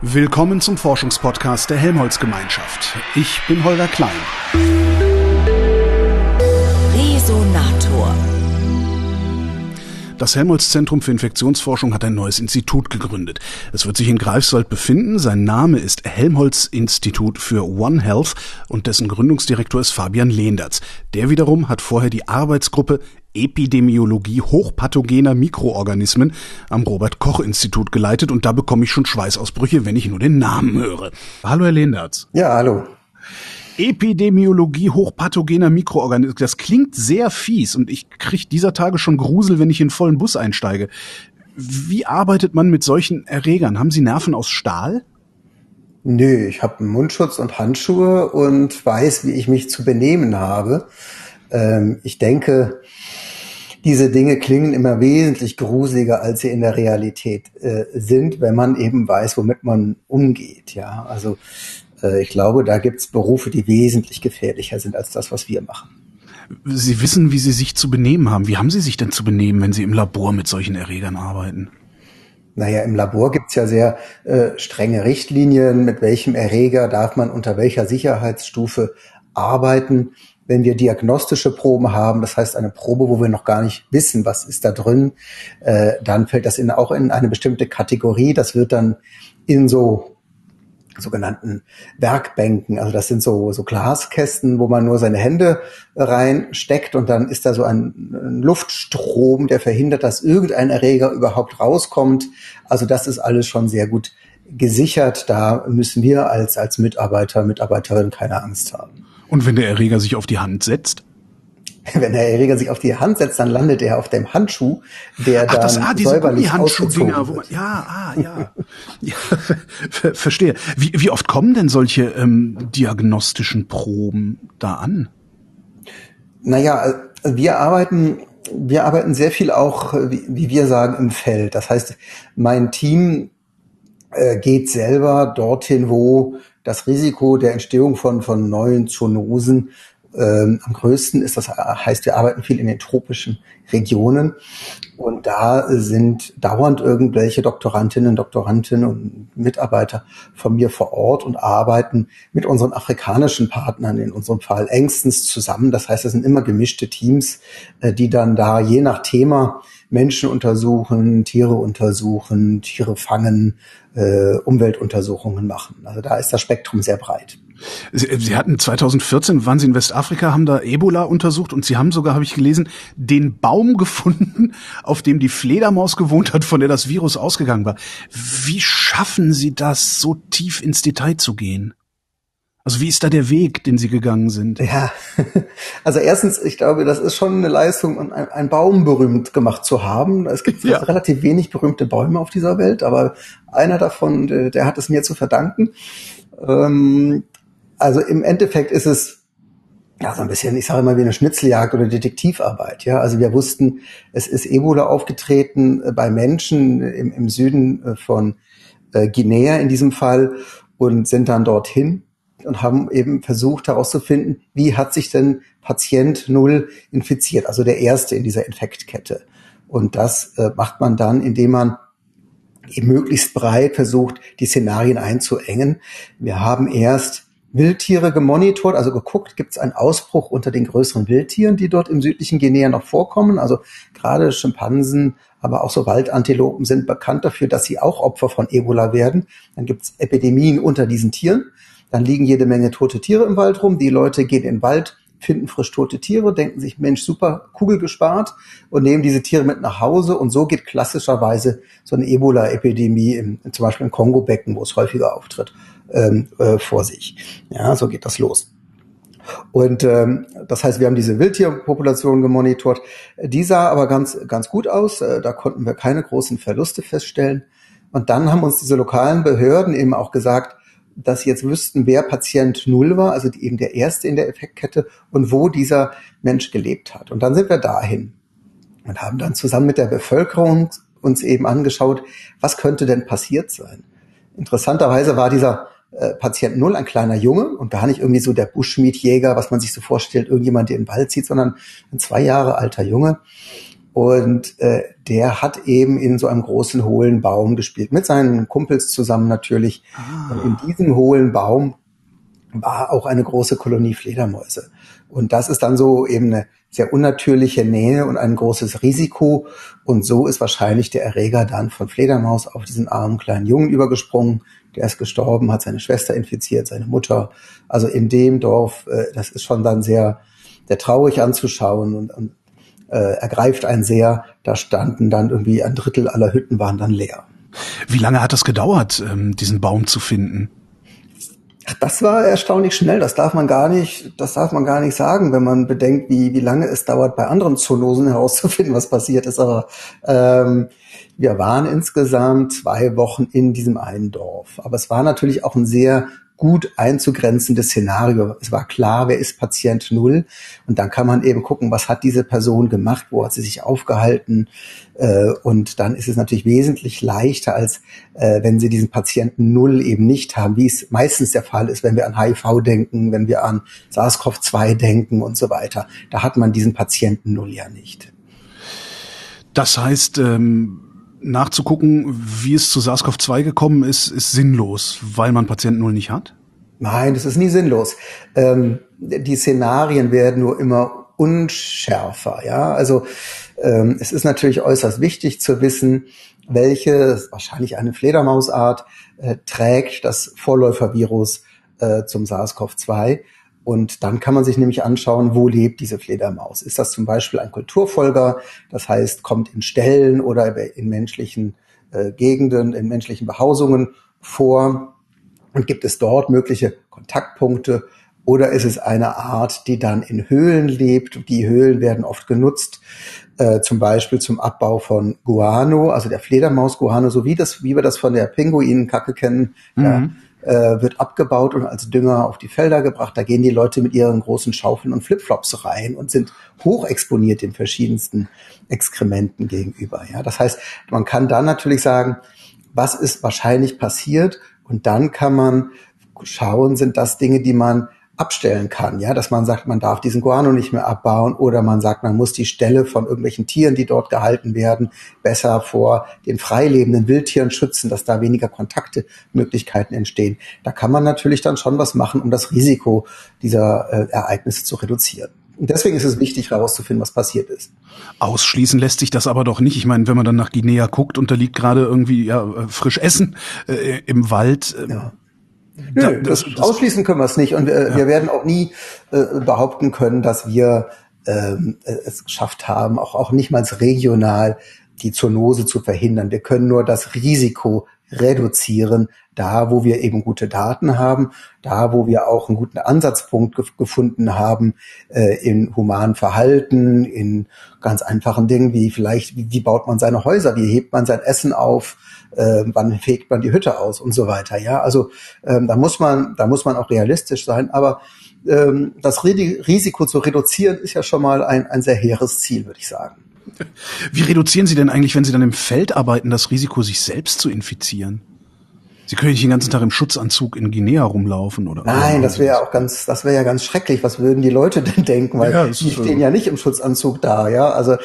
Willkommen zum Forschungspodcast der Helmholtz-Gemeinschaft. Ich bin Holger Klein. Resonator. Das Helmholtz-Zentrum für Infektionsforschung hat ein neues Institut gegründet. Es wird sich in Greifswald befinden. Sein Name ist Helmholtz-Institut für One Health und dessen Gründungsdirektor ist Fabian Lehndertz. Der wiederum hat vorher die Arbeitsgruppe Epidemiologie hochpathogener Mikroorganismen am Robert-Koch-Institut geleitet und da bekomme ich schon Schweißausbrüche, wenn ich nur den Namen höre. Hallo Herr Lehndertz. Ja, hallo. Epidemiologie hochpathogener Mikroorganismen, das klingt sehr fies und ich kriege dieser Tage schon Grusel, wenn ich in einen vollen Bus einsteige. Wie arbeitet man mit solchen Erregern? Haben Sie Nerven aus Stahl? Nö, ich habe einen Mundschutz und Handschuhe und weiß, wie ich mich zu benehmen habe. Ich denke, diese Dinge klingen immer wesentlich gruseliger, als sie in der Realität sind, wenn man eben weiß, womit man umgeht. Ja, also ich glaube, da gibt's Berufe, die wesentlich gefährlicher sind als das, was wir machen. Sie wissen, wie Sie sich zu benehmen haben. Wie haben Sie sich denn zu benehmen, wenn Sie im Labor mit solchen Erregern arbeiten? Naja, im Labor gibt's ja sehr strenge Richtlinien, mit welchem Erreger darf man unter welcher Sicherheitsstufe arbeiten. Wenn wir diagnostische Proben haben, das heißt eine Probe, wo wir noch gar nicht wissen, was ist da drin, dann fällt das auch in eine bestimmte Kategorie. Das wird dann in so sogenannten Werkbänken, also das sind so Glaskästen, wo man nur seine Hände reinsteckt und dann ist da so ein Luftstrom, der verhindert, dass irgendein Erreger überhaupt rauskommt. Also das ist alles schon sehr gut gesichert. Da müssen wir als Mitarbeiterin keine Angst haben. Und wenn der Erreger sich auf die Hand setzt? Wenn der Erreger sich auf die Hand setzt, dann landet er auf dem Handschuh, der dann säuberlich ausgezogen wird. Ja, verstehe. Wie oft kommen denn solche diagnostischen Proben da an? Naja, wir arbeiten sehr viel auch, wie wir sagen, im Feld. Das heißt, mein Team geht selber dorthin, wo das Risiko der Entstehung von neuen Zoonosen am größten ist. Das heißt, wir arbeiten viel in den tropischen Regionen und da sind dauernd irgendwelche Doktorandinnen und Mitarbeiter von mir vor Ort und arbeiten mit unseren afrikanischen Partnern in unserem Fall engstens zusammen. Das heißt, es sind immer gemischte Teams, die dann da je nach Thema Menschen untersuchen, Tiere fangen, Umweltuntersuchungen machen. Also da ist das Spektrum sehr breit. Sie hatten 2014, waren Sie in Westafrika, haben da Ebola untersucht und Sie haben sogar, habe ich gelesen, den Baum gefunden, auf dem die Fledermaus gewohnt hat, von der das Virus ausgegangen war. Wie schaffen Sie das, so tief ins Detail zu gehen? Also wie ist da der Weg, den Sie gegangen sind? Ja, also erstens, ich glaube, das ist schon eine Leistung, einen Baum berühmt gemacht zu haben. Es gibt relativ wenig berühmte Bäume auf dieser Welt, aber einer davon, der hat es mir zu verdanken. Also im Endeffekt ist es ja so ein bisschen, ich sage immer, wie eine Schnitzeljagd oder Detektivarbeit. Ja, also wir wussten, es ist Ebola aufgetreten bei Menschen im Süden von Guinea in diesem Fall und sind dann dorthin und haben eben versucht herauszufinden, wie hat sich denn Patient 0 infiziert, also der Erste in dieser Infektkette. Und das macht man dann, indem man eben möglichst breit versucht, die Szenarien einzuengen. Wir haben erst Wildtiere gemonitort, also geguckt, gibt es einen Ausbruch unter den größeren Wildtieren, die dort im südlichen Guinea noch vorkommen. Also gerade Schimpansen, aber auch so Waldantilopen sind bekannt dafür, dass sie auch Opfer von Ebola werden. Dann gibt es Epidemien unter diesen Tieren. Dann liegen jede Menge tote Tiere im Wald rum. Die Leute gehen in den Wald, finden frisch tote Tiere, denken sich, Mensch, super, Kugel gespart und nehmen diese Tiere mit nach Hause. Und so geht klassischerweise so eine Ebola-Epidemie zum Beispiel im Kongo-Becken, wo es häufiger auftritt, vor sich. Ja, so geht das los. Und das heißt, wir haben diese Wildtierpopulation gemonitort. Die sah aber ganz gut aus. Da konnten wir keine großen Verluste feststellen. Und dann haben uns diese lokalen Behörden eben auch gesagt, dass sie jetzt wüssten, wer Patient 0 war, also eben der Erste in der Effektkette und wo dieser Mensch gelebt hat. Und dann sind wir dahin und haben dann zusammen mit der Bevölkerung uns eben angeschaut, was könnte denn passiert sein. Interessanterweise war dieser Patient 0 ein kleiner Junge und gar nicht irgendwie so der Bushmeat-Jäger, was man sich so vorstellt, irgendjemand, der in den Wald zieht, sondern ein 2 Jahre alter Junge. Und der hat eben in so einem großen hohlen Baum gespielt, mit seinen Kumpels zusammen natürlich. Und in diesem hohlen Baum war auch eine große Kolonie Fledermäuse. Und das ist dann so eben eine sehr unnatürliche Nähe und ein großes Risiko. Und so ist wahrscheinlich der Erreger dann von Fledermaus auf diesen armen kleinen Jungen übergesprungen. Der ist gestorben, hat seine Schwester infiziert, seine Mutter. Also in dem Dorf, das ist schon dann sehr, sehr traurig anzuschauen und ergreift einen sehr. Da standen dann irgendwie 1/3 aller Hütten waren dann leer. Wie lange hat das gedauert, diesen Baum zu finden? Das war erstaunlich schnell. Das darf man gar nicht sagen, wenn man bedenkt, wie lange es dauert, bei anderen Zoonosen herauszufinden, was passiert ist. Aber wir waren insgesamt 2 Wochen in diesem einen Dorf. Aber es war natürlich auch ein sehr gut einzugrenzendes Szenario. Es war klar, wer ist Patient Null. Und dann kann man eben gucken, was hat diese Person gemacht, wo hat sie sich aufgehalten. Und dann ist es natürlich wesentlich leichter, als wenn sie diesen Patienten Null eben nicht haben, wie es meistens der Fall ist, wenn wir an HIV denken, wenn wir an SARS-CoV-2 denken und so weiter. Da hat man diesen Patienten Null ja nicht. Das heißt, nachzugucken, wie es zu SARS-CoV-2 gekommen ist, ist sinnlos, weil man Patient Null nicht hat? Nein, das ist nie sinnlos. Die Szenarien werden nur immer unschärfer. Ja, also es ist natürlich äußerst wichtig zu wissen, welche, wahrscheinlich eine Fledermausart, trägt das Vorläufervirus zum SARS-CoV-2. Und dann kann man sich nämlich anschauen, wo lebt diese Fledermaus. Ist das zum Beispiel ein Kulturfolger, das heißt, kommt in Ställen oder in menschlichen Gegenden, in menschlichen Behausungen vor? Und gibt es dort mögliche Kontaktpunkte? Oder ist es eine Art, die dann in Höhlen lebt? Die Höhlen werden oft genutzt, zum Beispiel zum Abbau von Guano, also der Fledermaus-Guano, so wie wir das von der Pinguinenkacke kennen. Ja, wird abgebaut und als Dünger auf die Felder gebracht. Da gehen die Leute mit ihren großen Schaufeln und Flipflops rein und sind hochexponiert den verschiedensten Exkrementen gegenüber. Ja, das heißt, man kann dann natürlich sagen, was ist wahrscheinlich passiert? Und dann kann man schauen, sind das Dinge, die man abstellen kann, ja, dass man sagt, man darf diesen Guano nicht mehr abbauen oder man sagt, man muss die Ställe von irgendwelchen Tieren, die dort gehalten werden, besser vor den freilebenden Wildtieren schützen, dass da weniger Kontaktmöglichkeiten entstehen. Da kann man natürlich dann schon was machen, um das Risiko dieser Ereignisse zu reduzieren. Und deswegen ist es wichtig, herauszufinden, was passiert ist. Ausschließen lässt sich das aber doch nicht. Ich meine, wenn man dann nach Guinea guckt und da liegt gerade irgendwie frisch Essen im Wald. Ja. Nö, das ausschließen können wir es nicht. Und wir werden auch nie behaupten können, dass wir es geschafft haben, auch nicht mal regional die Zoonose zu verhindern. Wir können nur das Risiko reduzieren, da wo wir eben gute Daten haben, da wo wir auch einen guten Ansatzpunkt gefunden haben in humanen Verhalten, in ganz einfachen Dingen wie vielleicht, wie baut man seine Häuser, wie hebt man sein Essen auf, wann fegt man die Hütte aus und so weiter. Ja, also da muss man auch realistisch sein, aber das Risiko zu reduzieren ist ja schon mal ein sehr hehres Ziel, würde ich sagen. Wie reduzieren Sie denn eigentlich, wenn Sie dann im Feld arbeiten, das Risiko, sich selbst zu infizieren? Sie können nicht den ganzen Tag im Schutzanzug in Guinea rumlaufen, oder? Nein, das wäre ja ganz schrecklich. Was würden die Leute denn denken? Weil die stehen ja nicht im Schutzanzug da, ja. Also,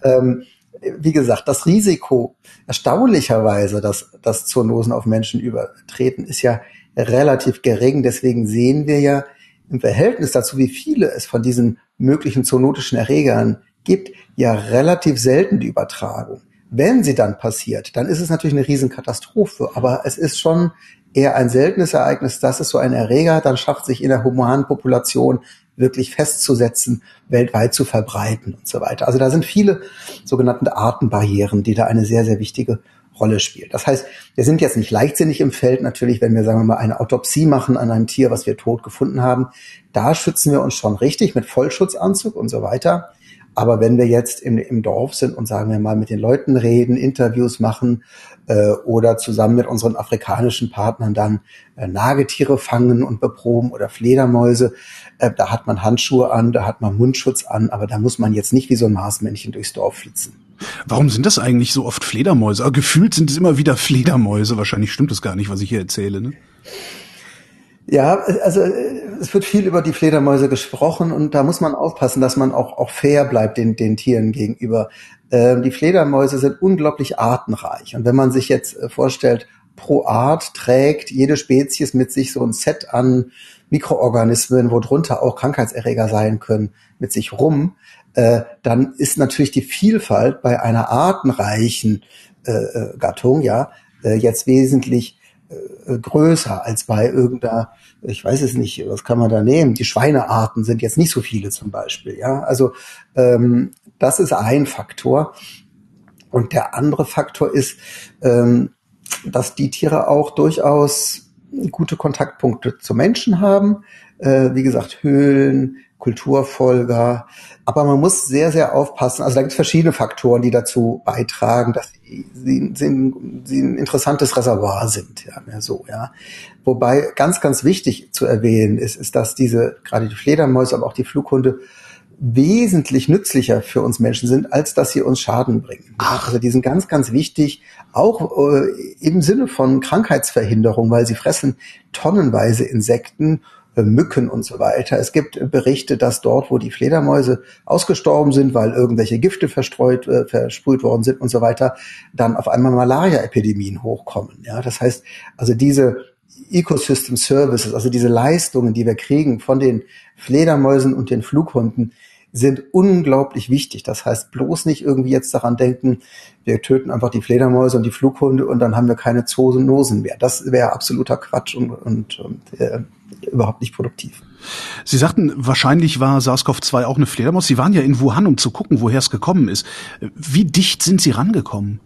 wie gesagt, das Risiko, erstaunlicherweise, dass Zoonosen auf Menschen übertreten, ist ja relativ gering. Deswegen sehen wir ja im Verhältnis dazu, wie viele es von diesen möglichen zoonotischen Erregern gibt, ja relativ selten die Übertragung. Wenn sie dann passiert, dann ist es natürlich eine Riesenkatastrophe, aber es ist schon eher ein seltenes Ereignis, dass es so ein Erreger dann schafft, sich in der humanen Population wirklich festzusetzen, weltweit zu verbreiten und so weiter. Also da sind viele sogenannte Artenbarrieren, die da eine sehr, sehr wichtige Rolle spielen. Das heißt, wir sind jetzt nicht leichtsinnig im Feld, natürlich, wenn wir, sagen wir mal, eine Autopsie machen an einem Tier, was wir tot gefunden haben. Da schützen wir uns schon richtig mit Vollschutzanzug und so weiter. Aber wenn wir jetzt im Dorf sind und, sagen wir mal, mit den Leuten reden, Interviews machen oder zusammen mit unseren afrikanischen Partnern dann Nagetiere fangen und beproben oder Fledermäuse, da hat man Handschuhe an, da hat man Mundschutz an, aber da muss man jetzt nicht wie so ein Marsmännchen durchs Dorf flitzen. Warum sind das eigentlich so oft Fledermäuse? Aber gefühlt sind es immer wieder Fledermäuse. Wahrscheinlich stimmt es gar nicht, was ich hier erzähle, ne? Ja, also es wird viel über die Fledermäuse gesprochen und da muss man aufpassen, dass man auch fair bleibt den Tieren gegenüber. Die Fledermäuse sind unglaublich artenreich und wenn man sich jetzt vorstellt, pro Art trägt jede Spezies mit sich so ein Set an Mikroorganismen, wo drunter auch Krankheitserreger sein können, mit sich rum, dann ist natürlich die Vielfalt bei einer artenreichen Gattung jetzt wesentlich größer als bei irgendeiner, ich weiß es nicht, was kann man da nehmen? Die Schweinearten sind jetzt nicht so viele zum Beispiel, ja. Also das ist ein Faktor. Und der andere Faktor ist, dass die Tiere auch durchaus gute Kontaktpunkte zu Menschen haben. Wie gesagt, Höhlen, Kulturfolger. Aber man muss sehr, sehr aufpassen. Also da gibt es verschiedene Faktoren, die dazu beitragen, dass sie ein interessantes Reservoir sind. Ja, mehr so, ja. Wobei ganz, ganz wichtig zu erwähnen ist, dass gerade die Fledermäuse, aber auch die Flughunde wesentlich nützlicher für uns Menschen sind, als dass sie uns Schaden bringen. Ja, also die sind ganz, ganz wichtig, auch im Sinne von Krankheitsverhinderung, weil sie fressen tonnenweise Insekten, Mücken und so weiter. Es gibt Berichte, dass dort, wo die Fledermäuse ausgestorben sind, weil irgendwelche Gifte versprüht worden sind und so weiter, dann auf einmal Malaria-Epidemien hochkommen. Ja, das heißt, also diese Ecosystem Services, also diese Leistungen, die wir kriegen von den Fledermäusen und den Flughunden, sind unglaublich wichtig. Das heißt, bloß nicht irgendwie jetzt daran denken, wir töten einfach die Fledermäuse und die Flughunde und dann haben wir keine Zoonosen mehr. Das wäre absoluter Quatsch und überhaupt nicht produktiv. Sie sagten, wahrscheinlich war SARS-CoV-2 auch eine Fledermaus. Sie waren ja in Wuhan, um zu gucken, woher es gekommen ist. Wie dicht sind Sie rangekommen?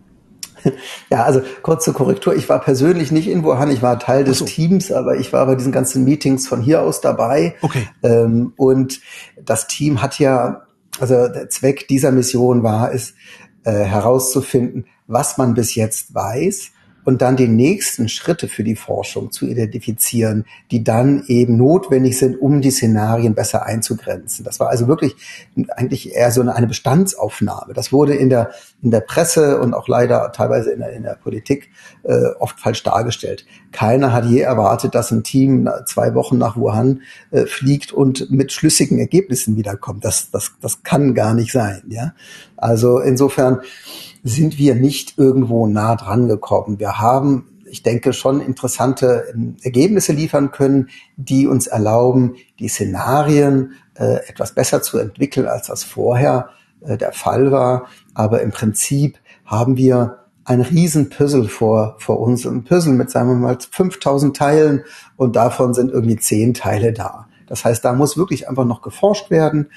Ja, also kurz zur Korrektur. Ich war persönlich nicht in Wuhan, ich war Teil des Teams, aber ich war bei diesen ganzen Meetings von hier aus dabei. Okay. Und das Team hat also der Zweck dieser Mission war es, herauszufinden, was man bis jetzt weiß und dann die nächsten Schritte für die Forschung zu identifizieren, die dann eben notwendig sind, um die Szenarien besser einzugrenzen. Das war also wirklich eigentlich eher so eine Bestandsaufnahme. Das wurde in der Presse und auch leider teilweise in der Politik oft falsch dargestellt. Keiner hat je erwartet, dass ein Team 2 Wochen nach Wuhan fliegt und mit schlüssigen Ergebnissen wiederkommt. Das kann gar nicht sein. Ja, also insofern sind wir nicht irgendwo nah dran gekommen. Wir haben, ich denke, schon interessante Ergebnisse liefern können, die uns erlauben, die Szenarien etwas besser zu entwickeln, als das vorher der Fall war. Aber im Prinzip haben wir ein riesen Puzzle vor uns, ein Puzzle mit, sagen wir mal, 5000 Teilen und davon sind irgendwie 10 Teile da. Das heißt, da muss wirklich einfach noch geforscht werden,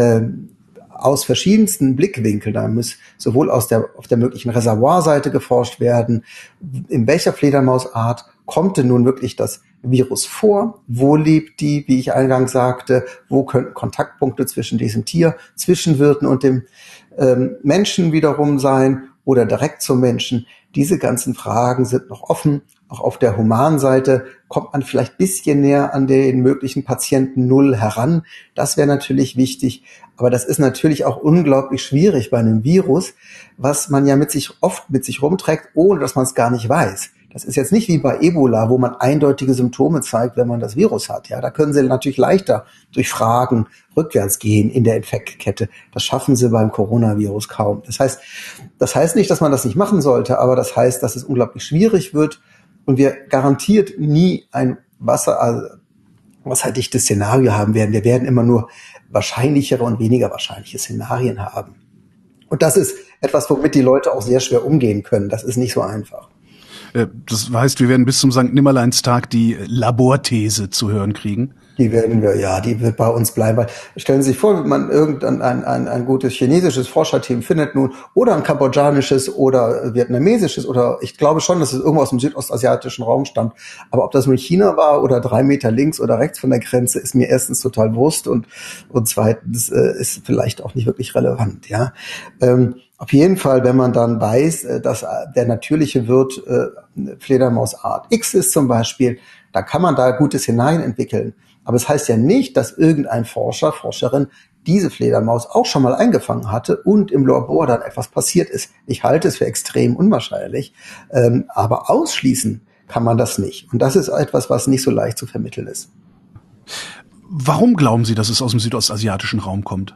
aus verschiedensten Blickwinkeln. Da muss sowohl auf der möglichen Reservoirseite geforscht werden, in welcher Fledermausart kommt denn nun wirklich das Virus vor, wo lebt die, wie ich eingangs sagte, wo könnten Kontaktpunkte zwischen diesem Tier, zwischen Wirten und dem Menschen wiederum sein oder direkt zum Menschen. Diese ganzen Fragen sind noch offen. Auch auf der Humanseite kommt man vielleicht ein bisschen näher an den möglichen Patienten Null heran. Das wäre natürlich wichtig. Aber das ist natürlich auch unglaublich schwierig bei einem Virus, was man ja oft mit sich rumträgt, ohne dass man es gar nicht weiß. Das ist jetzt nicht wie bei Ebola, wo man eindeutige Symptome zeigt, wenn man das Virus hat. Ja, da können Sie natürlich leichter durch Fragen rückwärts gehen in der Infektkette. Das schaffen Sie beim Coronavirus kaum. Das heißt nicht, dass man das nicht machen sollte, aber das heißt, dass es unglaublich schwierig wird und wir garantiert nie ein wasserdichtes Szenario haben werden. Wir werden immer nur wahrscheinlichere und weniger wahrscheinliche Szenarien haben. Und das ist etwas, womit die Leute auch sehr schwer umgehen können. Das ist nicht so einfach. Das heißt, wir werden bis zum Sankt Nimmerleinstag die Laborthese zu hören kriegen? Die wird bei uns bleiben. Weil stellen Sie sich vor, wenn man ein gutes chinesisches Forscherteam findet nun oder ein kambodschanisches oder vietnamesisches oder ich glaube schon, dass es irgendwo aus dem südostasiatischen Raum stammt. Aber ob das nun China war oder 3 Meter links oder rechts von der Grenze, ist mir erstens total bewusst und zweitens ist vielleicht auch nicht wirklich relevant. Ja. Auf jeden Fall, wenn man dann weiß, dass der natürliche Wirt Fledermausart X ist zum Beispiel, da kann man da gute Szenarien entwickeln. Aber es heißt ja nicht, dass irgendein Forscher, Forscherin diese Fledermaus auch schon mal eingefangen hatte und im Labor dann etwas passiert ist. Ich halte es für extrem unwahrscheinlich, aber ausschließen kann man das nicht. Und das ist etwas, was nicht so leicht zu vermitteln ist. Warum glauben Sie, dass es aus dem südostasiatischen Raum kommt?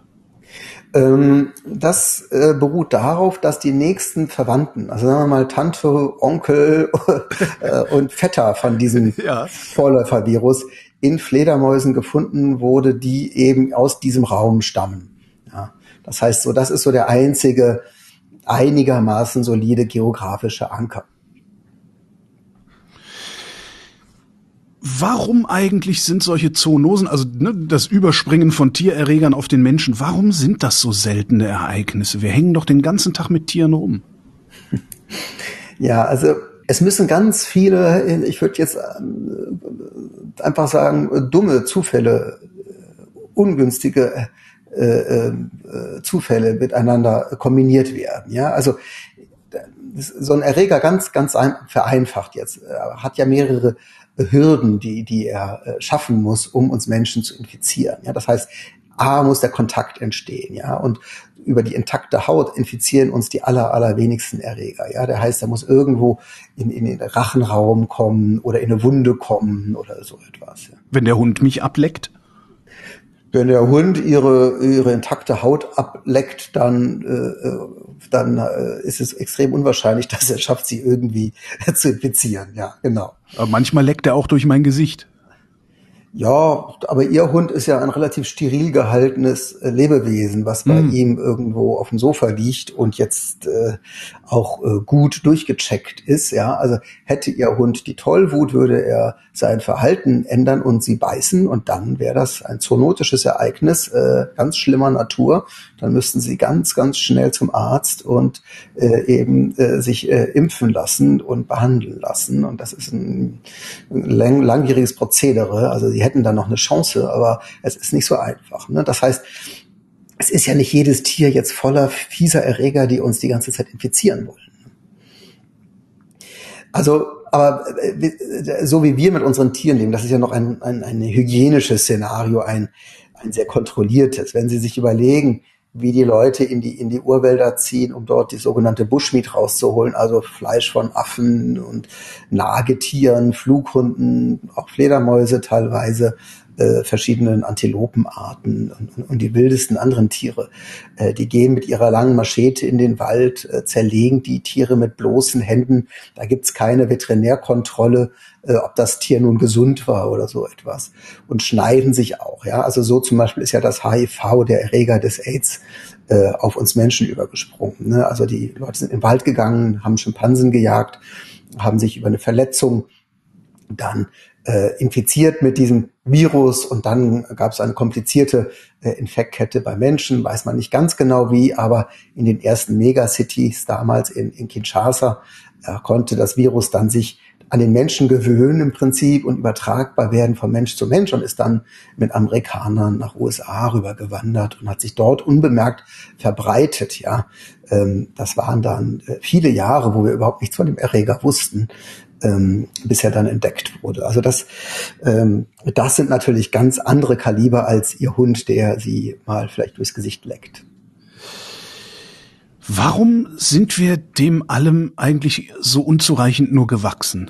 Das beruht darauf, dass die nächsten Verwandten, also sagen wir mal Tante, Onkel und Vetter von diesem Vorläufervirus in Fledermäusen gefunden wurde, die eben aus diesem Raum stammen. Ja, das heißt, das ist so der einzige einigermaßen solide geografische Anker. Warum eigentlich sind solche Zoonosen, also das Überspringen von Tiererregern auf den Menschen, warum sind das so seltene Ereignisse? Wir hängen doch den ganzen Tag mit Tieren rum. Ja, also es müssen ganz viele, ich würde jetzt einfach sagen, dumme Zufälle, ungünstige Zufälle miteinander kombiniert werden. Ja, also so ein Erreger ganz vereinfacht jetzt hat ja mehrere Hürden, die er schaffen muss, um uns Menschen zu infizieren. Ja, das heißt, muss der Kontakt entstehen, ja, und über die intakte Haut infizieren uns die allerwenigsten Erreger. Ja, der heißt, er muss irgendwo in den Rachenraum kommen oder in eine Wunde kommen oder so etwas. Ja. Wenn der Hund mich ableckt? Wenn der Hund ihre intakte Haut ableckt, dann ist es extrem unwahrscheinlich, dass er schafft, sie irgendwie zu infizieren. Ja, genau. Aber manchmal leckt er auch durch mein Gesicht. Ja, aber Ihr Hund ist ja ein relativ steril gehaltenes Lebewesen, was bei ihm irgendwo auf dem Sofa liegt und jetzt auch gut durchgecheckt ist. Ja, also hätte Ihr Hund die Tollwut, würde er sein Verhalten ändern und Sie beißen und dann wäre das ein zoonotisches Ereignis ganz schlimmer Natur. Dann müssten Sie ganz schnell zum Arzt und sich impfen lassen und behandeln lassen. Und das ist ein langwieriges Prozedere. Also Sie hätten dann noch eine Chance, aber es ist nicht so einfach. Ne? Das heißt, es ist ja nicht jedes Tier jetzt voller fieser Erreger, die uns die ganze Zeit infizieren wollen. Also, aber so wie wir mit unseren Tieren leben, das ist ja noch ein hygienisches Szenario, ein sehr kontrolliertes. Wenn Sie sich überlegen, wie die Leute in die Urwälder ziehen, um dort die sogenannte Bushmeat rauszuholen, also Fleisch von Affen und Nagetieren, Flughunden, auch Fledermäuse teilweise, verschiedenen Antilopenarten und die wildesten anderen Tiere. Die gehen mit ihrer langen Machete in den Wald, zerlegen die Tiere mit bloßen Händen. Da gibt's keine Veterinärkontrolle, ob das Tier nun gesund war oder so etwas. Und schneiden sich auch. Ja, also so zum Beispiel ist ja das HIV, der Erreger des AIDS, auf uns Menschen übergesprungen. Ne? Also die Leute sind in den Wald gegangen, haben Schimpansen gejagt, haben sich über eine Verletzung dann infiziert mit diesem Virus und dann gab es eine komplizierte Infektkette bei Menschen, weiß man nicht ganz genau wie, aber in den ersten Megacities damals in Kinshasa konnte das Virus dann sich an den Menschen gewöhnen im Prinzip und übertragbar werden von Mensch zu Mensch und ist dann mit Amerikanern nach USA rübergewandert und hat sich dort unbemerkt verbreitet. Ja, das waren dann viele Jahre, wo wir überhaupt nichts von dem Erreger wussten, bis er dann entdeckt wurde. Also das sind natürlich ganz andere Kaliber als Ihr Hund, der Sie mal vielleicht durchs Gesicht leckt. Warum sind wir dem allem eigentlich so unzureichend nur gewachsen?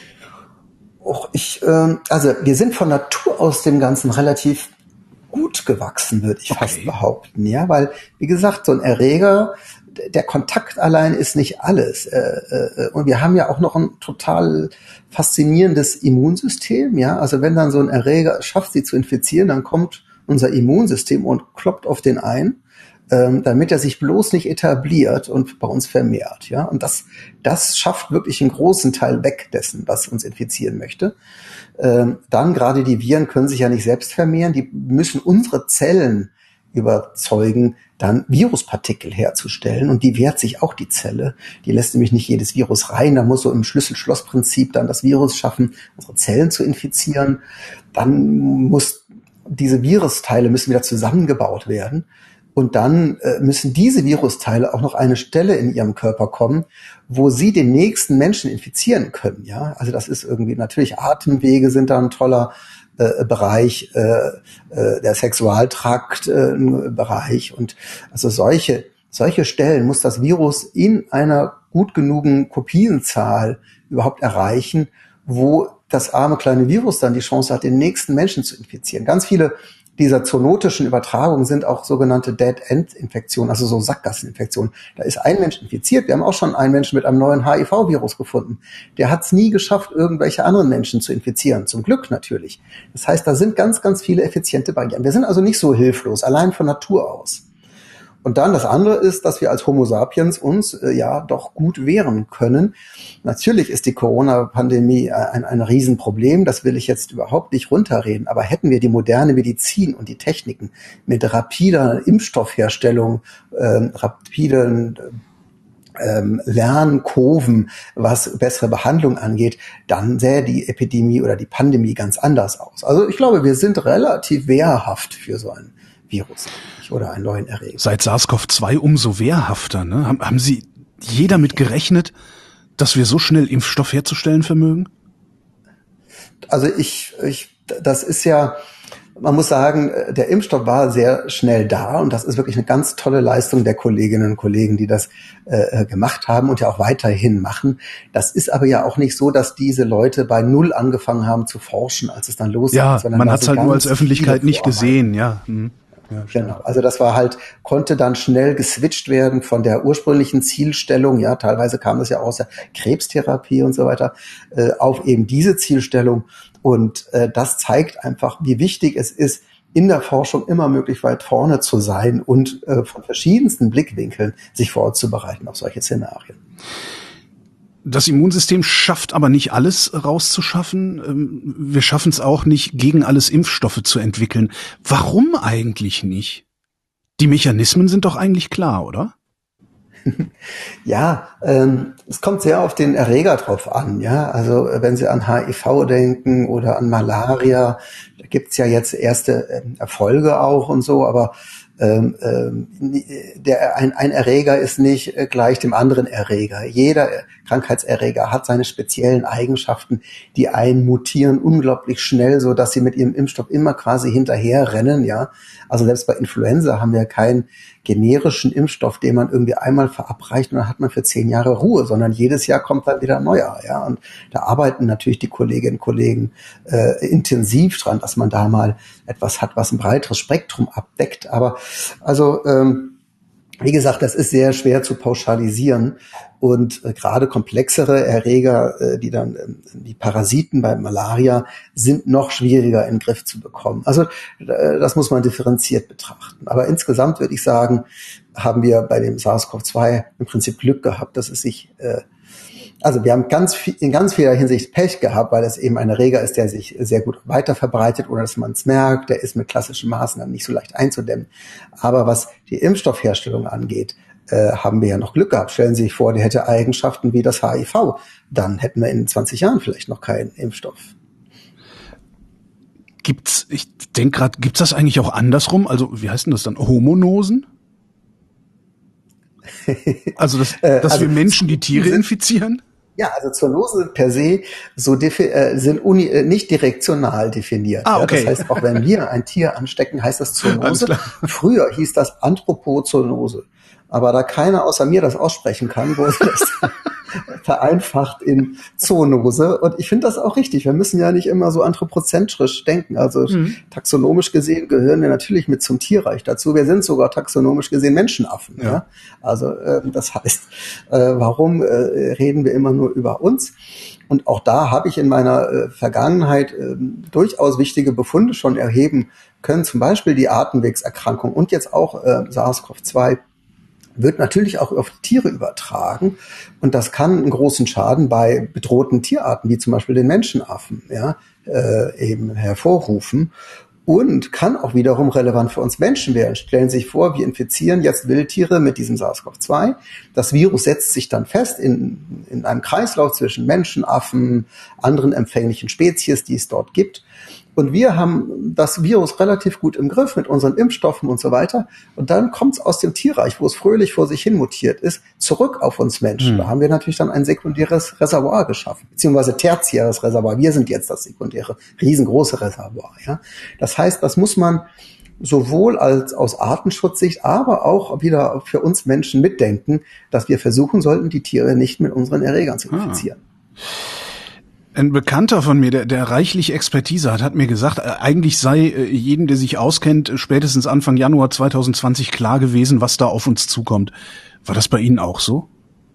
Also wir sind von Natur aus dem Ganzen relativ gut gewachsen, würde ich fast behaupten. Ja, weil, wie gesagt, so ein Erreger, der Kontakt allein ist nicht alles. Und wir haben ja auch noch ein total faszinierendes Immunsystem. Ja, also wenn dann so ein Erreger es schafft, sie zu infizieren, dann kommt unser Immunsystem und kloppt auf den ein, damit er sich bloß nicht etabliert und bei uns vermehrt. Ja, und das schafft wirklich einen großen Teil weg dessen, was uns infizieren möchte. Dann gerade die Viren können sich ja nicht selbst vermehren. Die müssen unsere Zellen überzeugen, dann Viruspartikel herzustellen. Und die wehrt sich auch die Zelle. Die lässt nämlich nicht jedes Virus rein. Da muss so im Schlüssel-Schloss-Prinzip dann das Virus schaffen, unsere Zellen zu infizieren. Dann diese Virusteile müssen wieder zusammengebaut werden. Und dann müssen diese Virusteile auch noch eine Stelle in ihrem Körper kommen, wo sie den nächsten Menschen infizieren können. Ja, also das ist irgendwie natürlich Atemwege sind da ein toller Bereich, der Sexualtrakt Bereich und also solche Stellen muss das Virus in einer gut genugen Kopienzahl überhaupt erreichen, wo das arme kleine Virus dann die Chance hat, den nächsten Menschen zu infizieren. Ganz viele dieser zoonotischen Übertragungen sind auch sogenannte Dead-End-Infektionen, also so Sackgasseninfektionen. Da ist ein Mensch infiziert. Wir haben auch schon einen Menschen mit einem neuen HIV-Virus gefunden. Der hat es nie geschafft, irgendwelche anderen Menschen zu infizieren. Zum Glück natürlich. Das heißt, da sind ganz, ganz viele effiziente Barrieren. Wir sind also nicht so hilflos, allein von Natur aus. Und dann das andere ist, dass wir als Homo sapiens uns doch gut wehren können. Natürlich ist die Corona-Pandemie ein Riesenproblem, das will ich jetzt überhaupt nicht runterreden, aber hätten wir die moderne Medizin und die Techniken mit rapider Impfstoffherstellung, rapiden Lernkurven, was bessere Behandlung angeht, dann sähe die Epidemie oder die Pandemie ganz anders aus. Also ich glaube, wir sind relativ wehrhaft für so ein Virus oder einen neuen Erreger. Seit SARS-CoV-2 umso wehrhafter, ne? Haben Sie je damit gerechnet, dass wir so schnell Impfstoff herzustellen vermögen? Also das ist ja, man muss sagen, der Impfstoff war sehr schnell da und das ist wirklich eine ganz tolle Leistung der Kolleginnen und Kollegen, die das gemacht haben und ja auch weiterhin machen. Das ist aber ja auch nicht so, dass diese Leute bei Null angefangen haben zu forschen, als es dann losging. Ja, man hat es halt nur als Öffentlichkeit nicht gesehen, ja. Ja, genau. Also das war halt, konnte dann schnell geswitcht werden von der ursprünglichen Zielstellung, ja, teilweise kam das ja auch aus der Krebstherapie und so weiter, auf eben diese Zielstellung. Und das zeigt einfach, wie wichtig es ist, in der Forschung immer möglich weit vorne zu sein und von verschiedensten Blickwinkeln sich vorzubereiten auf solche Szenarien. Das Immunsystem schafft aber nicht alles rauszuschaffen. Wir schaffen es auch nicht, gegen alles Impfstoffe zu entwickeln. Warum eigentlich nicht? Die Mechanismen sind doch eigentlich klar, oder? Ja, es kommt sehr auf den Erreger drauf an. Ja, also wenn Sie an HIV denken oder an Malaria, da gibt's ja jetzt erste Erfolge auch und so, aber ein Erreger ist nicht gleich dem anderen Erreger. Jeder Krankheitserreger hat seine speziellen Eigenschaften, die einen mutieren unglaublich schnell, so dass sie mit ihrem Impfstoff immer quasi hinterherrennen. Ja, also selbst bei Influenza haben wir keinen generischen Impfstoff, den man irgendwie einmal verabreicht und dann hat man für 10 Jahre Ruhe, sondern jedes Jahr kommt dann wieder ein neuer. Ja, und da arbeiten natürlich die Kolleginnen und Kollegen intensiv dran, dass man da mal etwas hat, was ein breiteres Spektrum abdeckt. Aber also wie gesagt, das ist sehr schwer zu pauschalisieren und gerade komplexere Erreger, die Parasiten bei Malaria, sind noch schwieriger in den Griff zu bekommen. Also das muss man differenziert betrachten. Aber insgesamt würde ich sagen, haben wir bei dem SARS-CoV-2 im Prinzip Glück gehabt, dass es sich also wir haben in ganz vieler Hinsicht Pech gehabt, weil es eben ein Erreger ist, der sich sehr gut weiter verbreitet, ohne dass man es merkt. Der ist mit klassischen Maßnahmen nicht so leicht einzudämmen. Aber was die Impfstoffherstellung angeht, haben wir ja noch Glück gehabt. Stellen Sie sich vor, der hätte Eigenschaften wie das HIV. Dann hätten wir in 20 Jahren vielleicht noch keinen Impfstoff. Ich denke gerade, gibt's das eigentlich auch andersrum? Also wie heißt denn das dann? Homonosen? Also dass wir Menschen die Tiere infizieren? Ja, also Zoonose per se sind nicht direktional definiert. Ah, okay. Ja, das heißt, auch wenn wir ein Tier anstecken, heißt das Zoonose. Früher hieß das Anthropozoonose. Aber da keiner außer mir das aussprechen kann, wurde das vereinfacht in Zoonose. Und ich finde das auch richtig. Wir müssen ja nicht immer so anthropozentrisch denken. Also taxonomisch gesehen gehören wir natürlich mit zum Tierreich dazu. Wir sind sogar taxonomisch gesehen Menschenaffen. Ja. Ja? Also das heißt, warum reden wir immer nur über uns? Und auch da habe ich in meiner Vergangenheit durchaus wichtige Befunde schon erheben können. Zum Beispiel die Atemwegserkrankung und jetzt auch SARS-CoV-2 wird natürlich auch auf Tiere übertragen und das kann einen großen Schaden bei bedrohten Tierarten, wie zum Beispiel den Menschenaffen, eben hervorrufen und kann auch wiederum relevant für uns Menschen werden. Stellen Sie sich vor, wir infizieren jetzt Wildtiere mit diesem SARS-CoV-2. Das Virus setzt sich dann fest in einem Kreislauf zwischen Menschen, Affen, anderen empfänglichen Spezies, die es dort gibt. Und wir haben das Virus relativ gut im Griff mit unseren Impfstoffen und so weiter. Und dann kommt es aus dem Tierreich, wo es fröhlich vor sich hin mutiert ist, zurück auf uns Menschen. Da haben wir natürlich dann ein sekundäres Reservoir geschaffen, beziehungsweise tertiäres Reservoir. Wir sind jetzt das sekundäre, riesengroße Reservoir. Ja? Das heißt, das muss man sowohl als aus Artenschutzsicht, aber auch wieder für uns Menschen mitdenken, dass wir versuchen sollten, die Tiere nicht mit unseren Erregern zu infizieren. Ein Bekannter von mir, der reichlich Expertise hat mir gesagt, eigentlich sei jedem, der sich auskennt, spätestens Anfang Januar 2020 klar gewesen, was da auf uns zukommt. War das bei Ihnen auch so?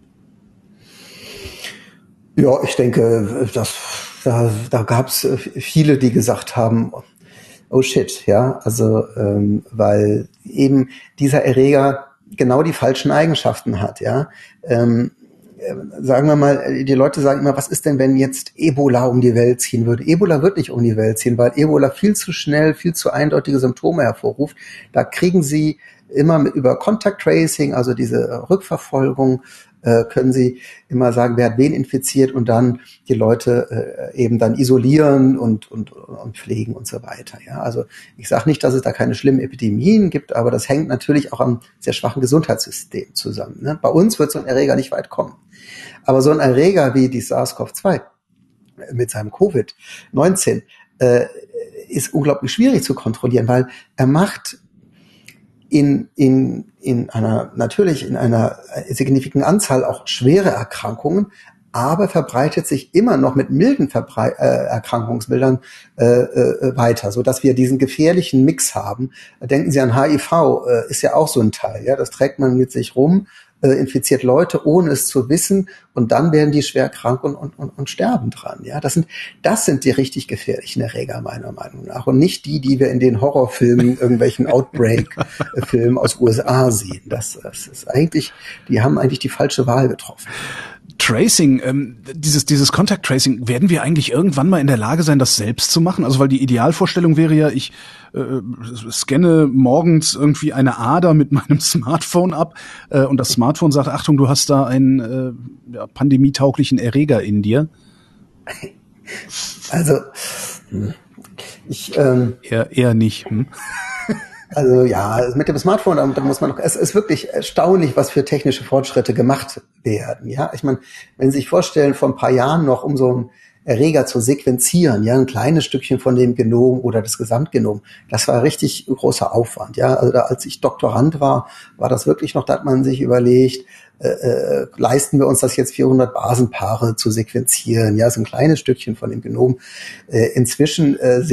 Ja, ich denke, da gab es viele, die gesagt haben, oh shit, ja, also weil eben dieser Erreger genau die falschen Eigenschaften hat, ja. Sagen wir mal, die Leute sagen immer, was ist denn, wenn jetzt Ebola um die Welt ziehen würde? Ebola wird nicht um die Welt ziehen, weil Ebola viel zu schnell, viel zu eindeutige Symptome hervorruft. Da kriegen sie immer über Contact Tracing, also diese Rückverfolgung, können sie immer sagen, wer hat wen infiziert und dann die Leute eben dann isolieren und pflegen und so weiter. Ja, also ich sage nicht, dass es da keine schlimmen Epidemien gibt, aber das hängt natürlich auch am sehr schwachen Gesundheitssystem zusammen. Ne? Bei uns wird so ein Erreger nicht weit kommen. Aber so ein Erreger wie die SARS-CoV-2 mit seinem Covid-19 ist unglaublich schwierig zu kontrollieren, weil er macht in einer signifikanten Anzahl auch schwere Erkrankungen, aber verbreitet sich immer noch mit milden Erkrankungsbildern weiter, so dass wir diesen gefährlichen Mix haben. Denken Sie an HIV, ist ja auch so ein Teil, ja, das trägt man mit sich rum, infiziert Leute, ohne es zu wissen, und dann werden die schwer krank und sterben dran. Ja, das sind die richtig gefährlichen Erreger meiner Meinung nach und nicht die wir in den Horrorfilmen, irgendwelchen Outbreak-Filmen aus USA sehen. Das ist eigentlich, die haben eigentlich die falsche Wahl getroffen. Tracing, dieses Contact Tracing, werden wir eigentlich irgendwann mal in der Lage sein, das selbst zu machen? Also weil die Idealvorstellung wäre ja, ich scanne morgens irgendwie eine Ader mit meinem Smartphone ab und das Smartphone sagt, Achtung, du hast da einen pandemietauglichen Erreger in dir. Also eher nicht. Also ja, mit dem Smartphone, da muss man noch, es ist wirklich erstaunlich, was für technische Fortschritte gemacht werden. Ja, ich meine, wenn Sie sich vorstellen, vor ein paar Jahren noch, um so einen Erreger zu sequenzieren, ja, ein kleines Stückchen von dem Genom oder das Gesamtgenom, das war richtig großer Aufwand. Ja, also als ich Doktorand war das wirklich noch, da hat man sich überlegt, leisten wir uns das jetzt 400 Basenpaare zu sequenzieren, ja, so ein kleines Stückchen von dem Genom. Inzwischen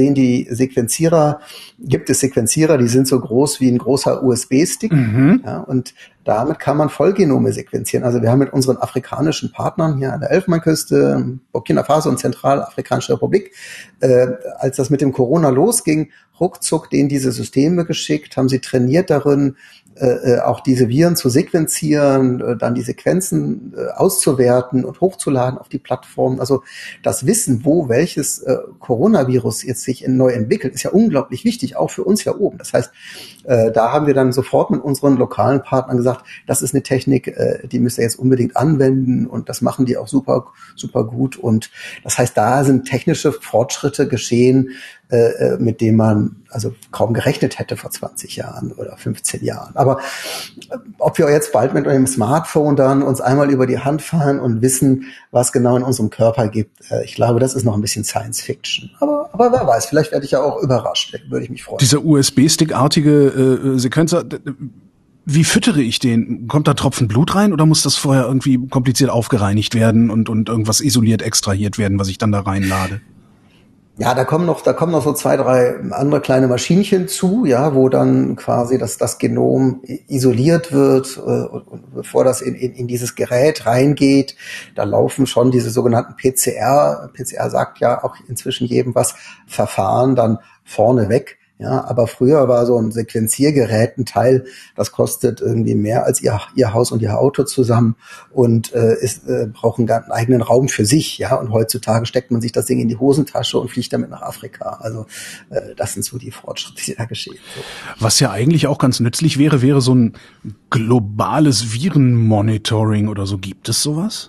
gibt es Sequenzierer, die sind so groß wie ein großer USB-Stick, ja, und damit kann man Vollgenome sequenzieren. Also wir haben mit unseren afrikanischen Partnern hier an der Elfenbeinküste, Burkina Faso und Zentralafrikanische Republik, als das mit dem Corona losging, ruckzuck denen diese Systeme geschickt, haben sie trainiert darin, auch diese Viren zu sequenzieren, dann die Sequenzen auszuwerten und hochzuladen auf die Plattform. Also das Wissen, wo welches Coronavirus jetzt sich neu entwickelt, ist ja unglaublich wichtig, auch für uns hier oben. Das heißt, da haben wir dann sofort mit unseren lokalen Partnern gesagt, das ist eine Technik, die müsst ihr jetzt unbedingt anwenden, und das machen die auch super, super gut. Und das heißt, da sind technische Fortschritte geschehen, mit dem man also kaum gerechnet hätte vor 20 Jahren oder 15 Jahren. Aber ob wir jetzt bald mit einem Smartphone dann uns einmal über die Hand fahren und wissen, was genau in unserem Körper gibt, ich glaube, das ist noch ein bisschen Science Fiction. Aber wer weiß, vielleicht werde ich ja auch überrascht, würde ich mich freuen. Dieser USB-Stick-artige Sequenzer, wie füttere ich den? Kommt da Tropfen Blut rein oder muss das vorher irgendwie kompliziert aufgereinigt werden und irgendwas isoliert extrahiert werden, was ich dann da reinlade? Ja, da kommen noch so 2, 3 andere kleine Maschinchen zu, ja, wo dann quasi das Genom isoliert wird, und bevor das in dieses Gerät reingeht, da laufen schon diese sogenannten PCR sagt ja auch inzwischen jedem was, Verfahren dann vorne weg. Ja, aber früher war so ein Sequenziergerät ein Teil, das kostet irgendwie mehr als ihr Haus und ihr Auto zusammen und braucht einen eigenen Raum für sich. Ja, und heutzutage steckt man sich das Ding in die Hosentasche und fliegt damit nach Afrika. Also das sind so die Fortschritte, die da geschehen. So. Was ja eigentlich auch ganz nützlich wäre so ein globales Virenmonitoring oder so. Gibt es sowas?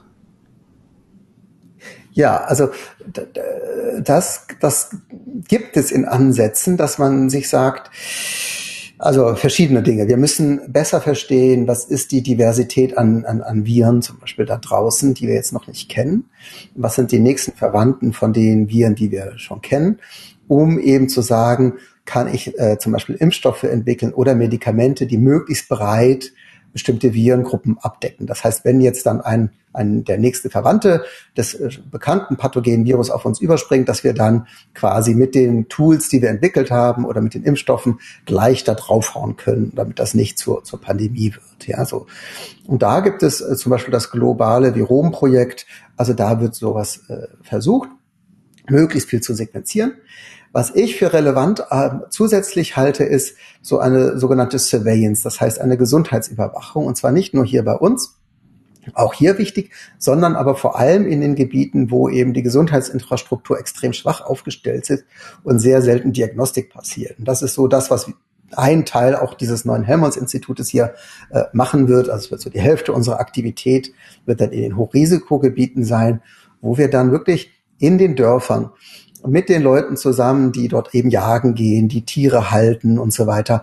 Ja, also das gibt es in Ansätzen, dass man sich sagt, also verschiedene Dinge. Wir müssen besser verstehen, was ist die Diversität an Viren, zum Beispiel da draußen, die wir jetzt noch nicht kennen. Was sind die nächsten Verwandten von den Viren, die wir schon kennen, um eben zu sagen, kann ich zum Beispiel Impfstoffe entwickeln oder Medikamente, die möglichst breit bestimmte Virengruppen abdecken. Das heißt, wenn jetzt dann der nächste Verwandte des bekannten pathogenen Virus auf uns überspringt, dass wir dann quasi mit den Tools, die wir entwickelt haben oder mit den Impfstoffen gleich da draufhauen können, damit das nicht zur Pandemie wird. Ja, so. Und da gibt es zum Beispiel das globale Virom-Projekt. Also da wird sowas versucht, möglichst viel zu sequenzieren. Was ich für relevant zusätzlich halte, ist so eine sogenannte Surveillance, das heißt eine Gesundheitsüberwachung, und zwar nicht nur hier bei uns, auch hier wichtig, sondern aber vor allem in den Gebieten, wo eben die Gesundheitsinfrastruktur extrem schwach aufgestellt ist und sehr selten Diagnostik passiert. Und das ist so das, was ein Teil auch dieses neuen Helmholtz-Institutes hier machen wird. Also es wird so die Hälfte unserer Aktivität wird dann in den Hochrisikogebieten sein, wo wir dann wirklich in den Dörfern mit den Leuten zusammen, die dort eben jagen gehen, die Tiere halten und so weiter,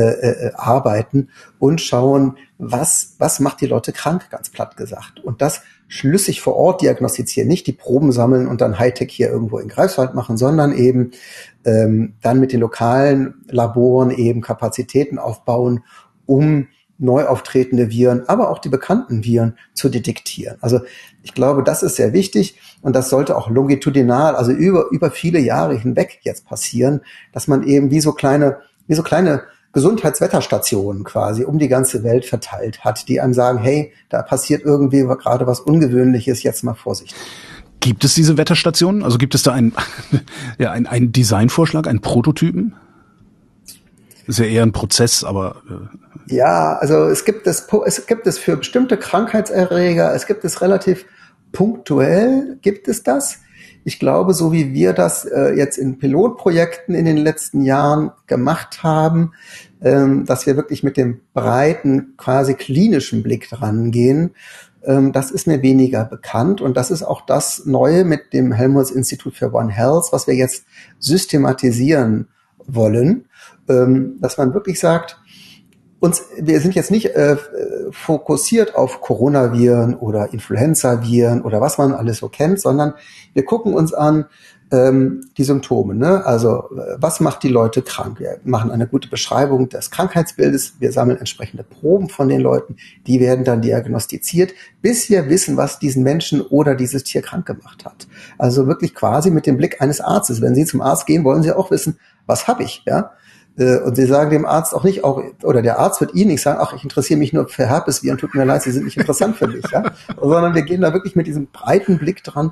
arbeiten und schauen, was macht die Leute krank, ganz platt gesagt. Und das schlüssig vor Ort diagnostizieren, nicht die Proben sammeln und dann Hightech hier irgendwo in Greifswald machen, sondern eben dann mit den lokalen Laboren eben Kapazitäten aufbauen, um neu auftretende Viren, aber auch die bekannten Viren zu detektieren. Also ich glaube, das ist sehr wichtig und das sollte auch longitudinal, also über viele Jahre hinweg jetzt passieren, dass man eben wie so kleine Gesundheitswetterstationen quasi um die ganze Welt verteilt hat, die einem sagen, hey, da passiert irgendwie gerade was Ungewöhnliches, jetzt mal Vorsicht. Gibt es diese Wetterstationen? Also gibt es da einen Designvorschlag, einen Prototypen? Ist ja eher ein Prozess, aber ja, also es gibt es für bestimmte Krankheitserreger, es gibt es relativ punktuell, gibt es das. Ich glaube, so wie wir das jetzt in Pilotprojekten in den letzten Jahren gemacht haben, dass wir wirklich mit dem breiten, quasi klinischen Blick rangehen, das ist mir weniger bekannt. Und das ist auch das Neue mit dem Helmholtz-Institut für One Health, was wir jetzt systematisieren wollen, dass man wirklich sagt, wir sind jetzt nicht fokussiert auf Coronaviren oder Influenzaviren oder was man alles so kennt, sondern wir gucken uns an die Symptome. Ne? Also was macht die Leute krank? Wir machen eine gute Beschreibung des Krankheitsbildes, wir sammeln entsprechende Proben von den Leuten, die werden dann diagnostiziert, bis wir wissen, was diesen Menschen oder dieses Tier krank gemacht hat. Also wirklich quasi mit dem Blick eines Arztes. Wenn Sie zum Arzt gehen, wollen Sie auch wissen, was habe ich, ja? Und Sie sagen dem Arzt auch nicht, oder der Arzt wird Ihnen nicht sagen, ach, ich interessiere mich nur für Herpesviren, tut mir leid, Sie sind nicht interessant für mich, ja? Sondern wir gehen da wirklich mit diesem breiten Blick dran,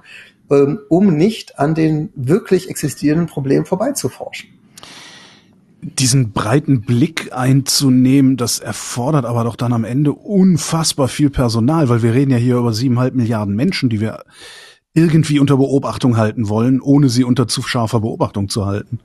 um nicht an den wirklich existierenden Problemen vorbeizuforschen. Diesen breiten Blick einzunehmen, das erfordert aber doch dann am Ende unfassbar viel Personal, weil wir reden ja hier über 7,5 Milliarden Menschen, die wir irgendwie unter Beobachtung halten wollen, ohne sie unter zu scharfer Beobachtung zu halten.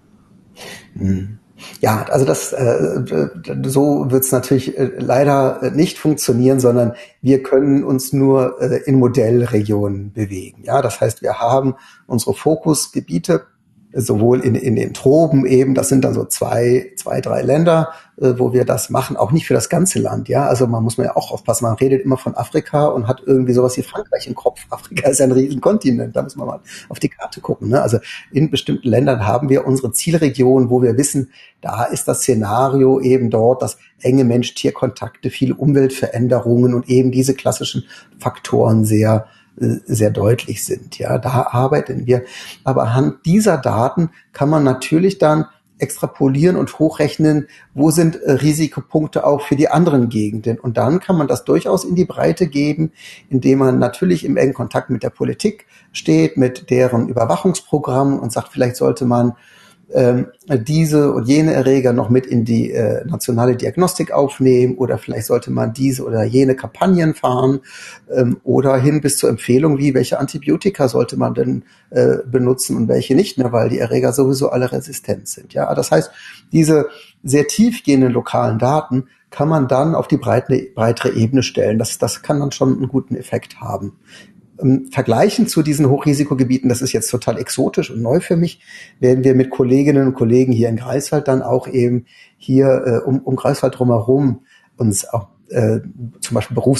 Ja, also so wird es natürlich leider nicht funktionieren, sondern wir können uns nur in Modellregionen bewegen. Ja, das heißt, wir haben unsere Fokusgebiete, sowohl in den Tropen eben, das sind dann so zwei, 3 Länder, wo wir das machen, auch nicht für das ganze Land, ja, also man muss ja auch aufpassen, man redet immer von Afrika und hat irgendwie sowas wie Frankreich im Kopf. Afrika ist ja ein Riesenkontinent, da müssen wir mal auf die Karte gucken, ne? Also in bestimmten Ländern haben wir unsere Zielregionen, wo wir wissen, da ist das Szenario eben dort, dass enge Mensch-Tier-Kontakte, viele Umweltveränderungen und eben diese klassischen Faktoren sehr deutlich sind. Ja, da arbeiten wir. Aber anhand dieser Daten kann man natürlich dann extrapolieren und hochrechnen, wo sind Risikopunkte auch für die anderen Gegenden. Und dann kann man das durchaus in die Breite geben, indem man natürlich im engen Kontakt mit der Politik steht, mit deren Überwachungsprogrammen und sagt, vielleicht sollte man diese und jene Erreger noch mit in die nationale Diagnostik aufnehmen oder vielleicht sollte man diese oder jene Kampagnen fahren oder hin bis zur Empfehlung, wie welche Antibiotika sollte man denn benutzen und welche nicht mehr, weil die Erreger sowieso alle resistent sind. Ja, das heißt, diese sehr tiefgehenden lokalen Daten kann man dann auf die breitere Ebene stellen. Das kann dann schon einen guten Effekt haben. Vergleichen zu diesen Hochrisikogebieten, das ist jetzt total exotisch und neu für mich, werden wir mit Kolleginnen und Kollegen hier in Greifswald dann auch eben hier um Greifswald drumherum uns auch zum Beispiel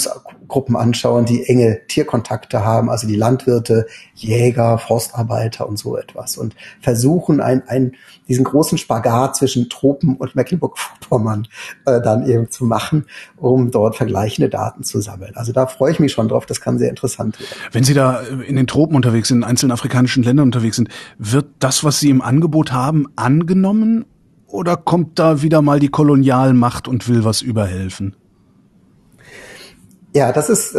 Gruppen anschauen, die enge Tierkontakte haben, also die Landwirte, Jäger, Forstarbeiter und so etwas und versuchen diesen großen Spagat zwischen Tropen und Mecklenburg-Vorpommern dann eben zu machen, um dort vergleichende Daten zu sammeln. Also da freue ich mich schon drauf, das kann sehr interessant werden. Wenn Sie da in den Tropen unterwegs sind, in einzelnen afrikanischen Ländern unterwegs sind, wird das, was Sie im Angebot haben, angenommen oder kommt da wieder mal die Kolonialmacht und will was überhelfen? Ja, das ist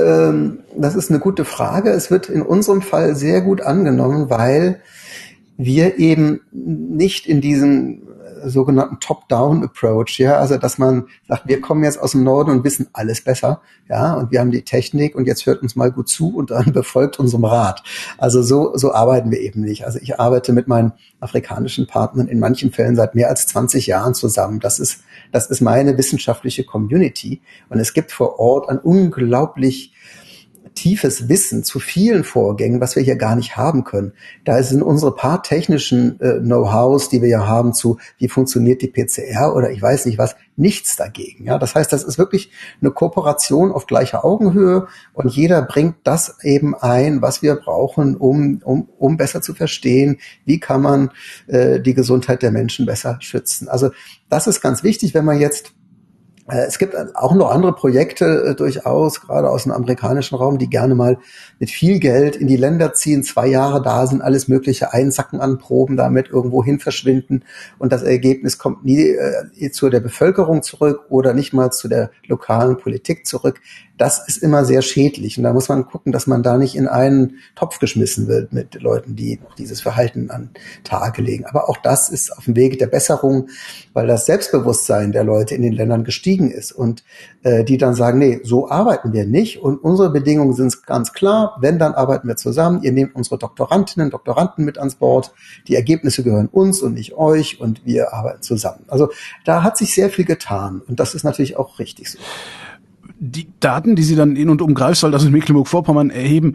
eine gute Frage. Es wird in unserem Fall sehr gut angenommen, weil wir eben nicht in diesem sogenannten Top-Down-Approach, ja, also dass man sagt, wir kommen jetzt aus dem Norden und wissen alles besser, ja, und wir haben die Technik und jetzt hört uns mal gut zu und dann befolgt unserem Rat. Also so arbeiten wir eben nicht. Also ich arbeite mit meinen afrikanischen Partnern in manchen Fällen seit mehr als 20 Jahren zusammen. Das ist meine wissenschaftliche Community und es gibt vor Ort ein unglaublich tiefes Wissen zu vielen Vorgängen, was wir hier gar nicht haben können. Da sind unsere paar technischen Know-hows, die wir ja haben zu, wie funktioniert die PCR oder ich weiß nicht was, nichts dagegen. Ja, das heißt, das ist wirklich eine Kooperation auf gleicher Augenhöhe und jeder bringt das eben ein, was wir brauchen, um besser zu verstehen, wie kann man die Gesundheit der Menschen besser schützen. Also das ist ganz wichtig, wenn man jetzt es gibt auch noch andere Projekte durchaus, gerade aus dem amerikanischen Raum, die gerne mal mit viel Geld in die Länder ziehen, 2 Jahre da sind, alles Mögliche einsacken an Proben, damit irgendwo hin verschwinden und das Ergebnis kommt nie zu der Bevölkerung zurück oder nicht mal zu der lokalen Politik zurück. Das ist immer sehr schädlich und da muss man gucken, dass man da nicht in einen Topf geschmissen wird mit Leuten, die dieses Verhalten an Tage legen. Aber auch das ist auf dem Weg der Besserung, weil das Selbstbewusstsein der Leute in den Ländern gestiegen ist und die dann sagen, nee, so arbeiten wir nicht und unsere Bedingungen sind ganz klar, wenn, dann arbeiten wir zusammen, ihr nehmt unsere Doktorandinnen, Doktoranden mit ans Board, die Ergebnisse gehören uns und nicht euch und wir arbeiten zusammen. Also da hat sich sehr viel getan und das ist natürlich auch richtig so. Die Daten, die Sie dann in und um Greifswald, also in Mecklenburg-Vorpommern erheben,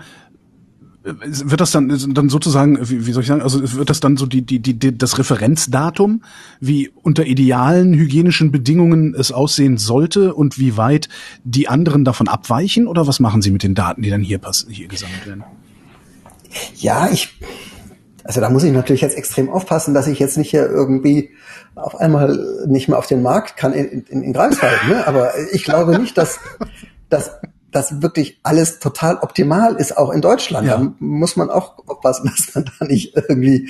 wird das dann sozusagen, wie soll ich sagen, also wird das dann so das Referenzdatum, wie unter idealen hygienischen Bedingungen es aussehen sollte und wie weit die anderen davon abweichen? Oder was machen Sie mit den Daten, die dann hier gesammelt werden? Ja, also da muss ich natürlich jetzt extrem aufpassen, dass ich jetzt nicht hier irgendwie auf einmal nicht mehr auf den Markt kann in Greifswald, ne? Aber ich glaube nicht, dass wirklich alles total optimal ist, auch in Deutschland. Ja. Da muss man auch aufpassen, dass man da nicht irgendwie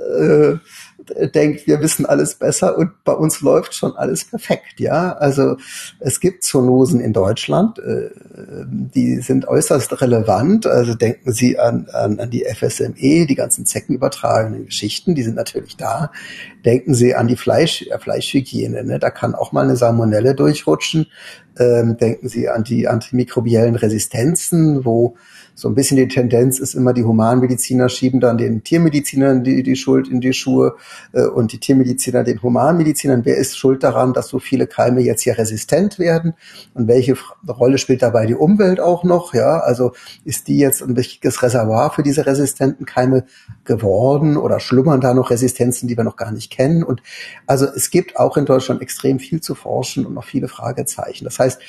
denkt, wir wissen alles besser und bei uns läuft schon alles perfekt, ja. Also es gibt Zoonosen in Deutschland, die sind äußerst relevant. Also denken Sie an die FSME, die ganzen zeckenübertragenen Geschichten, die sind natürlich da. Denken Sie an die Fleischhygiene, ne? Da kann auch mal eine Salmonelle durchrutschen. Denken Sie an die antimikrobiellen Resistenzen, wo so ein bisschen die Tendenz ist immer, die Humanmediziner schieben dann den Tiermedizinern die Schuld in die Schuhe und die Tiermediziner den Humanmedizinern. Wer ist schuld daran, dass so viele Keime jetzt hier resistent werden? Und welche Rolle spielt dabei die Umwelt auch noch? Ja, also ist die jetzt ein wichtiges Reservoir für diese resistenten Keime geworden oder schlummern da noch Resistenzen, die wir noch gar nicht kennen? Und also es gibt auch in Deutschland extrem viel zu forschen und noch viele Fragezeichen. Das heißt,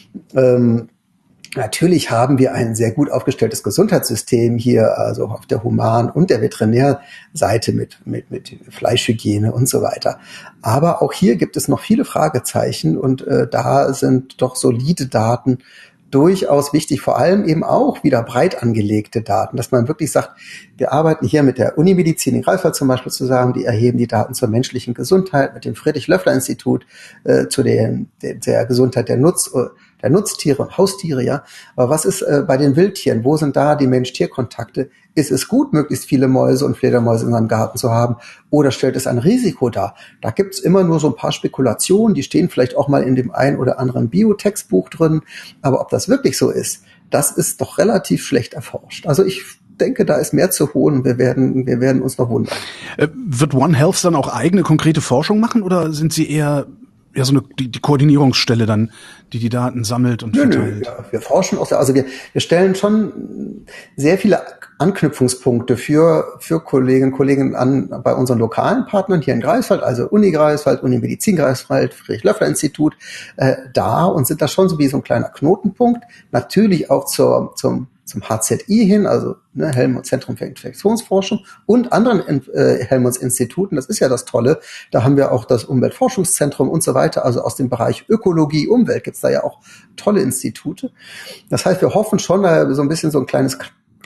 natürlich haben wir ein sehr gut aufgestelltes Gesundheitssystem hier, also auf der Human- und der Veterinärseite mit Fleischhygiene und so weiter. Aber auch hier gibt es noch viele Fragezeichen und da sind doch solide Daten durchaus wichtig, vor allem eben auch wieder breit angelegte Daten, dass man wirklich sagt, wir arbeiten hier mit der Unimedizin in Greifswald zum Beispiel zusammen, die erheben die Daten zur menschlichen Gesundheit, mit dem Friedrich-Löffler-Institut zu der Gesundheit der Nutztiere und Haustiere, ja. Aber was ist bei den Wildtieren? Wo sind da die Mensch-Tier-Kontakte? Ist es gut, möglichst viele Mäuse und Fledermäuse in seinem Garten zu haben? Oder stellt es ein Risiko dar? Da gibt's immer nur so ein paar Spekulationen, die stehen vielleicht auch mal in dem ein oder anderen Biotextbuch drin. Aber ob das wirklich so ist, das ist doch relativ schlecht erforscht. Also ich denke, da ist mehr zu holen. Wir werden uns noch wundern. Wird One Health dann auch eigene konkrete Forschung machen oder sind Sie eher ja, so die Koordinierungsstelle dann, die Daten sammelt und verteilt. Ja, wir forschen auch, also wir stellen schon sehr viele Anknüpfungspunkte für Kolleginnen und Kollegen an bei unseren lokalen Partnern hier in Greifswald, also Uni Greifswald, Uni Medizin Greifswald, Friedrich-Löffler-Institut, da und sind da schon so wie so ein kleiner Knotenpunkt. Natürlich auch zum HZI hin, also Helmholtz Zentrum für Infektionsforschung und anderen Helmholtz-Instituten. Das ist ja das Tolle. Da haben wir auch das Umweltforschungszentrum und so weiter. Also aus dem Bereich Ökologie, Umwelt gibt's da ja auch tolle Institute. Das heißt, wir hoffen schon, da so ein bisschen so ein kleines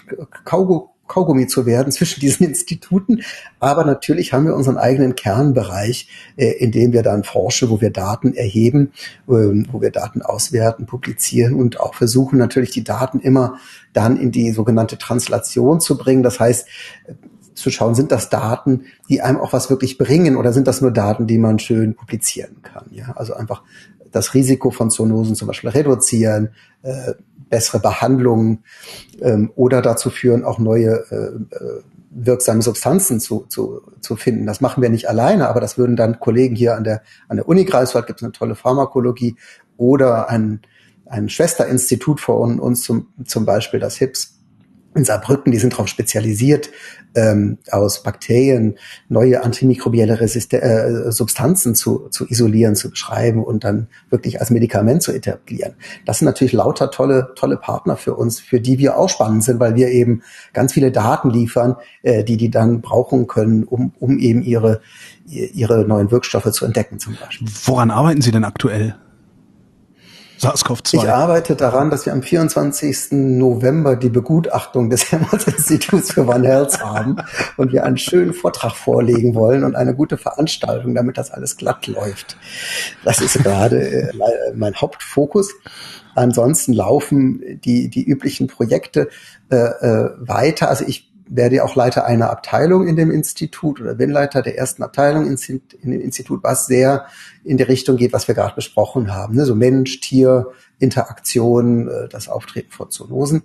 Kaugummi zu werden zwischen diesen Instituten. Aber natürlich haben wir unseren eigenen Kernbereich, in dem wir dann forschen, wo wir Daten erheben, wo wir Daten auswerten, publizieren und auch versuchen natürlich die Daten immer dann in die sogenannte Translation zu bringen. Das heißt, zu schauen, sind das Daten, die einem auch was wirklich bringen oder sind das nur Daten, die man schön publizieren kann? Ja, also einfach das Risiko von Zoonosen zum Beispiel reduzieren, bessere Behandlungen oder dazu führen, auch neue wirksame Substanzen zu finden. Das machen wir nicht alleine, aber das würden dann Kollegen hier an der Uni Greifswald, gibt es eine tolle Pharmakologie, oder ein Schwesterinstitut von uns, zum Beispiel das HIPS in Saarbrücken, die sind darauf spezialisiert, aus Bakterien neue antimikrobielle Substanzen zu isolieren, zu beschreiben und dann wirklich als Medikament zu etablieren. Das sind natürlich lauter tolle Partner für uns, für die wir auch spannend sind, weil wir eben ganz viele Daten liefern, die dann brauchen können, um eben ihre neuen Wirkstoffe zu entdecken zum Beispiel. Woran arbeiten Sie denn aktuell? SARS-CoV-2. Ich arbeite daran, dass wir am 24. November die Begutachtung des Helmholtz-Instituts für One Health haben und wir einen schönen Vortrag vorlegen wollen und eine gute Veranstaltung, damit das alles glatt läuft. Das ist gerade mein Hauptfokus. Ansonsten laufen die üblichen Projekte weiter. Also ich werde ja auch Leiter einer Abteilung in dem Institut oder bin Leiter der ersten Abteilung in dem Institut, was sehr in die Richtung geht, was wir gerade besprochen haben. Ne? So Mensch-Tier-Interaktion, das Auftreten von Zoonosen.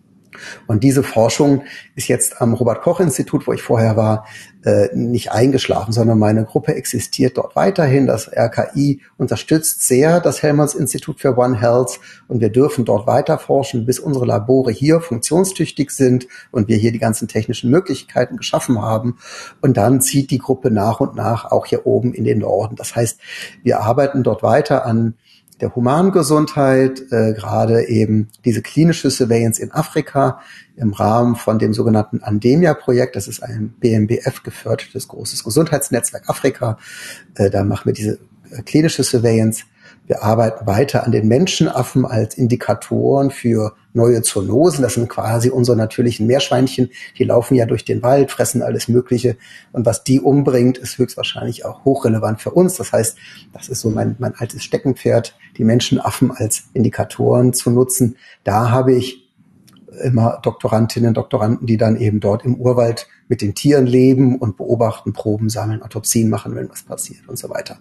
Und diese Forschung ist jetzt am Robert-Koch-Institut, wo ich vorher war, nicht eingeschlafen, sondern meine Gruppe existiert dort weiterhin. Das RKI unterstützt sehr das Helmholtz-Institut für One Health und wir dürfen dort weiter forschen, bis unsere Labore hier funktionstüchtig sind und wir hier die ganzen technischen Möglichkeiten geschaffen haben. Und dann zieht die Gruppe nach und nach auch hier oben in den Norden. Das heißt, wir arbeiten dort weiter an der Humangesundheit, gerade eben diese klinische Surveillance in Afrika im Rahmen von dem sogenannten Andemia-Projekt. Das ist ein BMBF gefördertes großes Gesundheitsnetzwerk Afrika. Da machen wir diese klinische Surveillance. Wir arbeiten weiter an den Menschenaffen als Indikatoren für neue Zoonosen. Das sind quasi unsere natürlichen Meerschweinchen. Die laufen ja durch den Wald, fressen alles Mögliche. Und was die umbringt, ist höchstwahrscheinlich auch hochrelevant für uns. Das heißt, das ist so mein altes Steckenpferd, die Menschenaffen als Indikatoren zu nutzen. Da habe ich immer Doktorandinnen, Doktoranden, die dann eben dort im Urwald mit den Tieren leben und beobachten, Proben sammeln, Autopsien machen, wenn was passiert und so weiter.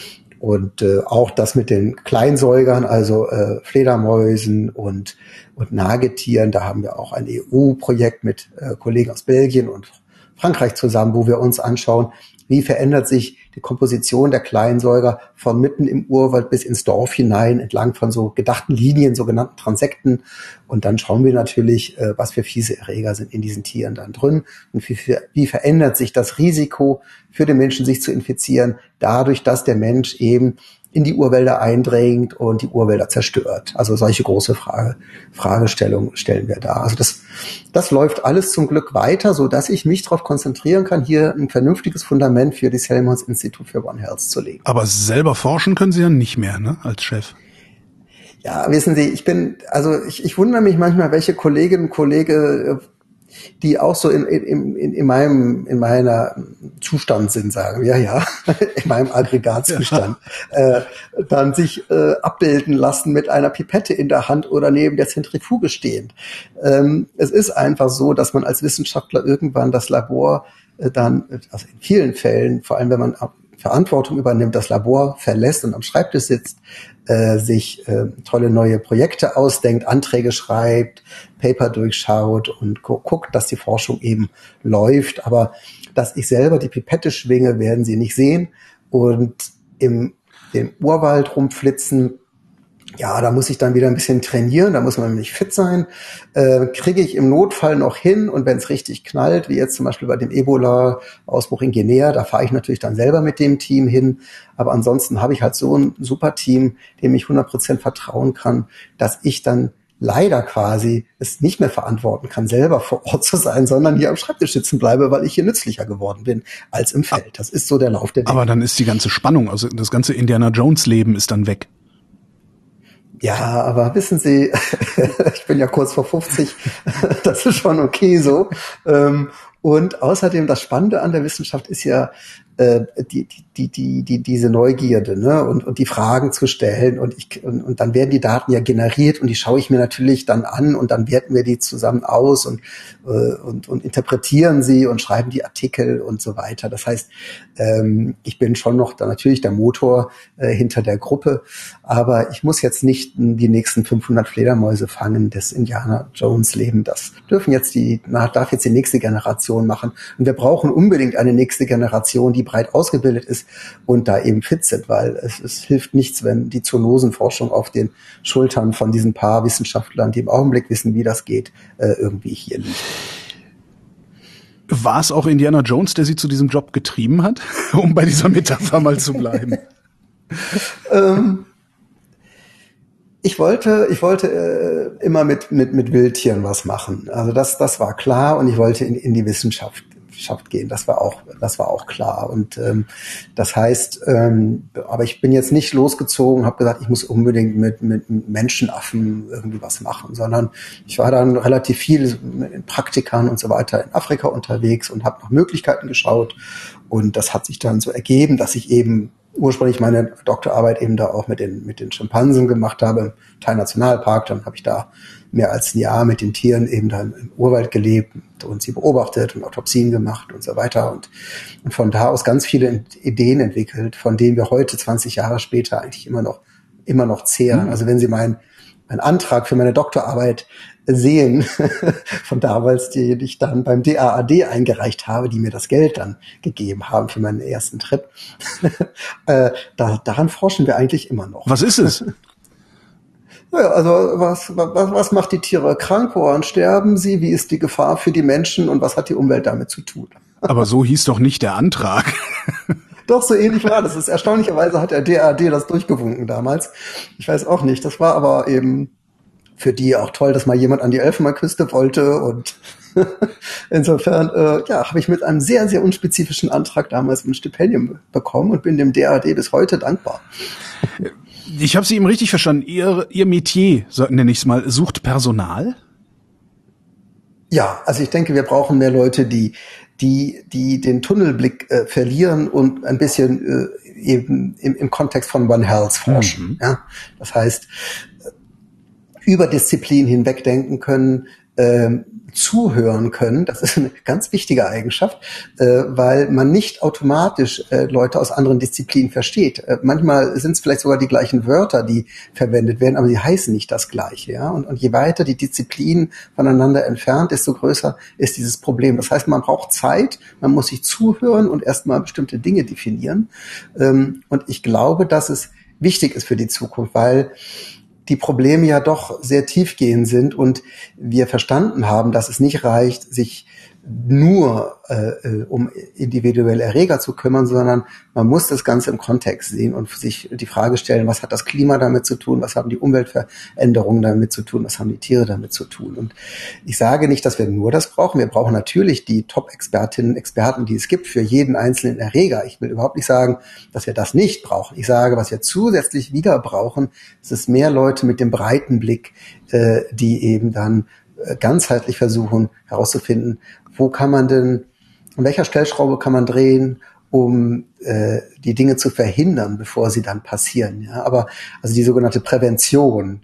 Und auch das mit den Kleinsäugern, also Fledermäusen und Nagetieren, da haben wir auch ein EU-Projekt mit Kollegen aus Belgien und Frankreich zusammen, wo wir uns anschauen, wie verändert sich die Komposition der Kleinsäuger von mitten im Urwald bis ins Dorf hinein, entlang von so gedachten Linien, sogenannten Transekten. Und dann schauen wir natürlich, was für fiese Erreger sind in diesen Tieren dann drin und wie verändert sich das Risiko für den Menschen, sich zu infizieren, dadurch, dass der Mensch eben in die Urwälder eindringt und die Urwälder zerstört. Also solche große Fragestellungen stellen wir da. Also das läuft alles zum Glück weiter, so dass ich mich darauf konzentrieren kann, hier ein vernünftiges Fundament für das Helmholtz-Institut für One Health zu legen. Aber selber forschen können Sie ja nicht mehr, ne, als Chef. Ja, wissen Sie, ich wundere mich manchmal, welche Kolleginnen und Kollegen, die auch so in meiner Zustand sind, sagen, ja, in meinem Aggregatzustand, dann sich abbilden lassen mit einer Pipette in der Hand oder neben der Zentrifuge stehend. Es ist einfach so, dass man als Wissenschaftler irgendwann das Labor dann, also in vielen Fällen, vor allem wenn man Verantwortung übernimmt, das Labor verlässt und am Schreibtisch sitzt, sich tolle neue Projekte ausdenkt, Anträge schreibt, Paper durchschaut und guckt, dass die Forschung eben läuft. Aber dass ich selber die Pipette schwinge, werden Sie nicht sehen. Und im den Urwald rumflitzen. Ja, da muss ich dann wieder ein bisschen trainieren, da muss man nämlich fit sein. Kriege ich im Notfall noch hin, und wenn es richtig knallt, wie jetzt zum Beispiel bei dem Ebola-Ausbruch in Guinea, da fahre ich natürlich dann selber mit dem Team hin. Aber ansonsten habe ich halt so ein super Team, dem ich 100% vertrauen kann, dass ich dann leider quasi es nicht mehr verantworten kann, selber vor Ort zu sein, sondern hier am Schreibtisch sitzen bleibe, weil ich hier nützlicher geworden bin als im Feld. Das ist so der Lauf der Dinge. Aber dann ist die ganze Spannung, also das ganze Indiana-Jones-Leben ist dann weg. Ja, aber wissen Sie, ich bin ja kurz vor 50, das ist schon okay so. Und außerdem das Spannende an der Wissenschaft ist ja diese Neugierde, ne, und die Fragen zu stellen, und dann werden die Daten ja generiert, und die schaue ich mir natürlich dann an, und dann werten wir die zusammen aus und interpretieren sie und schreiben die Artikel und so weiter. Das heißt, ich bin schon noch da natürlich der Motor hinter der Gruppe, aber ich muss jetzt nicht die nächsten 500 Fledermäuse fangen, das Indiana Jones Leben. Das darf jetzt die nächste Generation machen, und wir brauchen unbedingt eine nächste Generation, die breit ausgebildet ist und da eben fit sind, weil es hilft nichts, wenn die Zoonosenforschung auf den Schultern von diesen paar Wissenschaftlern, die im Augenblick wissen, wie das geht, irgendwie hier liegt. War es auch Indiana Jones, der Sie zu diesem Job getrieben hat, um bei dieser Metapher mal zu bleiben? Ich wollte immer mit Wildtieren was machen. Also das war klar, und ich wollte in die Wissenschaft gehen. Das war auch klar. Und das heißt, aber ich bin jetzt nicht losgezogen, habe gesagt, ich muss unbedingt mit Menschenaffen irgendwie was machen, sondern ich war dann relativ viel mit Praktikern und so weiter in Afrika unterwegs und habe nach Möglichkeiten geschaut. Und das hat sich dann so ergeben, dass ich eben ursprünglich meine Doktorarbeit eben da auch mit den Schimpansen gemacht habe im Thai-Nationalpark. Dann habe ich da mehr als ein Jahr mit den Tieren eben da im Urwald gelebt und sie beobachtet und Autopsien gemacht und so weiter. Und von da aus ganz viele Ideen entwickelt, von denen wir heute, 20 Jahre später, eigentlich immer noch zehren. Also wenn Sie mein Antrag für meine Doktorarbeit sehen, von damals, die ich dann beim DAAD eingereicht habe, die mir das Geld dann gegeben haben für meinen ersten Trip, daran forschen wir eigentlich immer noch. Was ist es? Naja, also was macht die Tiere krank? Woran sterben sie? Wie ist die Gefahr für die Menschen? Und was hat die Umwelt damit zu tun? Aber so hieß doch nicht der Antrag. Doch, so ähnlich war das. Erstaunlicherweise hat der DAAD das durchgewunken damals. Ich weiß auch nicht. Das war aber eben für die auch toll, dass mal jemand an die Elfenbeinküste wollte. Und insofern habe ich mit einem sehr, sehr unspezifischen Antrag damals ein Stipendium bekommen und bin dem DAAD bis heute dankbar. Ich habe Sie eben richtig verstanden. Ihr Metier, so nenne ich es mal, sucht Personal? Ja, also ich denke, wir brauchen mehr Leute, die den Tunnelblick verlieren und ein bisschen eben im Kontext von One Health forschen. Ja? Das heißt, über Disziplin hinweg denken können, zuhören können. Das ist eine ganz wichtige Eigenschaft, weil man nicht automatisch Leute aus anderen Disziplinen versteht. Manchmal sind es vielleicht sogar die gleichen Wörter, die verwendet werden, aber sie heißen nicht das Gleiche. Ja? Und je weiter die Disziplinen voneinander entfernt, desto größer ist dieses Problem. Das heißt, man braucht Zeit, man muss sich zuhören und erstmal bestimmte Dinge definieren. Und ich glaube, dass es wichtig ist für die Zukunft, weil die Probleme ja doch sehr tiefgehend sind und wir verstanden haben, dass es nicht reicht, sich nur um individuelle Erreger zu kümmern, sondern man muss das Ganze im Kontext sehen und sich die Frage stellen, was hat das Klima damit zu tun, was haben die Umweltveränderungen damit zu tun, was haben die Tiere damit zu tun. Und ich sage nicht, dass wir nur das brauchen. Wir brauchen natürlich die Top-Expertinnen und Experten, die es gibt für jeden einzelnen Erreger. Ich will überhaupt nicht sagen, dass wir das nicht brauchen. Ich sage, was wir zusätzlich wieder brauchen, es ist mehr Leute mit dem breiten Blick, die eben dann ganzheitlich versuchen herauszufinden, wo kann man denn, an welcher Stellschraube kann man drehen, um die Dinge zu verhindern, bevor sie dann passieren. Ja? Aber also die sogenannte Prävention.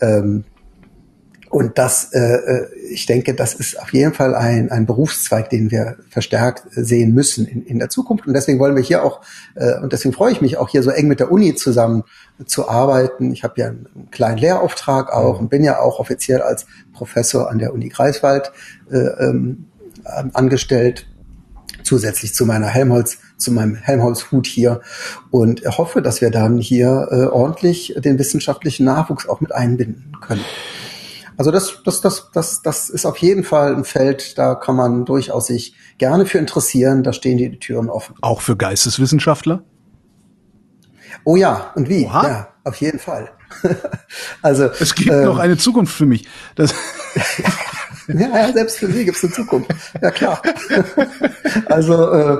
Und das, ich denke, das ist auf jeden Fall ein Berufszweig, den wir verstärkt sehen müssen in der Zukunft. Und deswegen wollen wir hier auch, und deswegen freue ich mich auch hier so eng mit der Uni zusammen zu arbeiten. Ich habe ja einen kleinen Lehrauftrag auch und bin ja auch offiziell als Professor an der Uni Greifswald angestellt, zusätzlich zu meiner Helmholtz zu meinem Helmholtz-Hut hier und hoffe, dass wir dann hier ordentlich den wissenschaftlichen Nachwuchs auch mit einbinden können. Also das ist auf jeden Fall ein Feld, da kann man durchaus sich gerne für interessieren, da stehen die Türen offen. Auch für Geisteswissenschaftler? Oh ja, und wie? Oha. Ja, auf jeden Fall. Also es gibt noch eine Zukunft für mich. Ja, selbst für Sie gibt's eine Zukunft. Ja, klar. Also,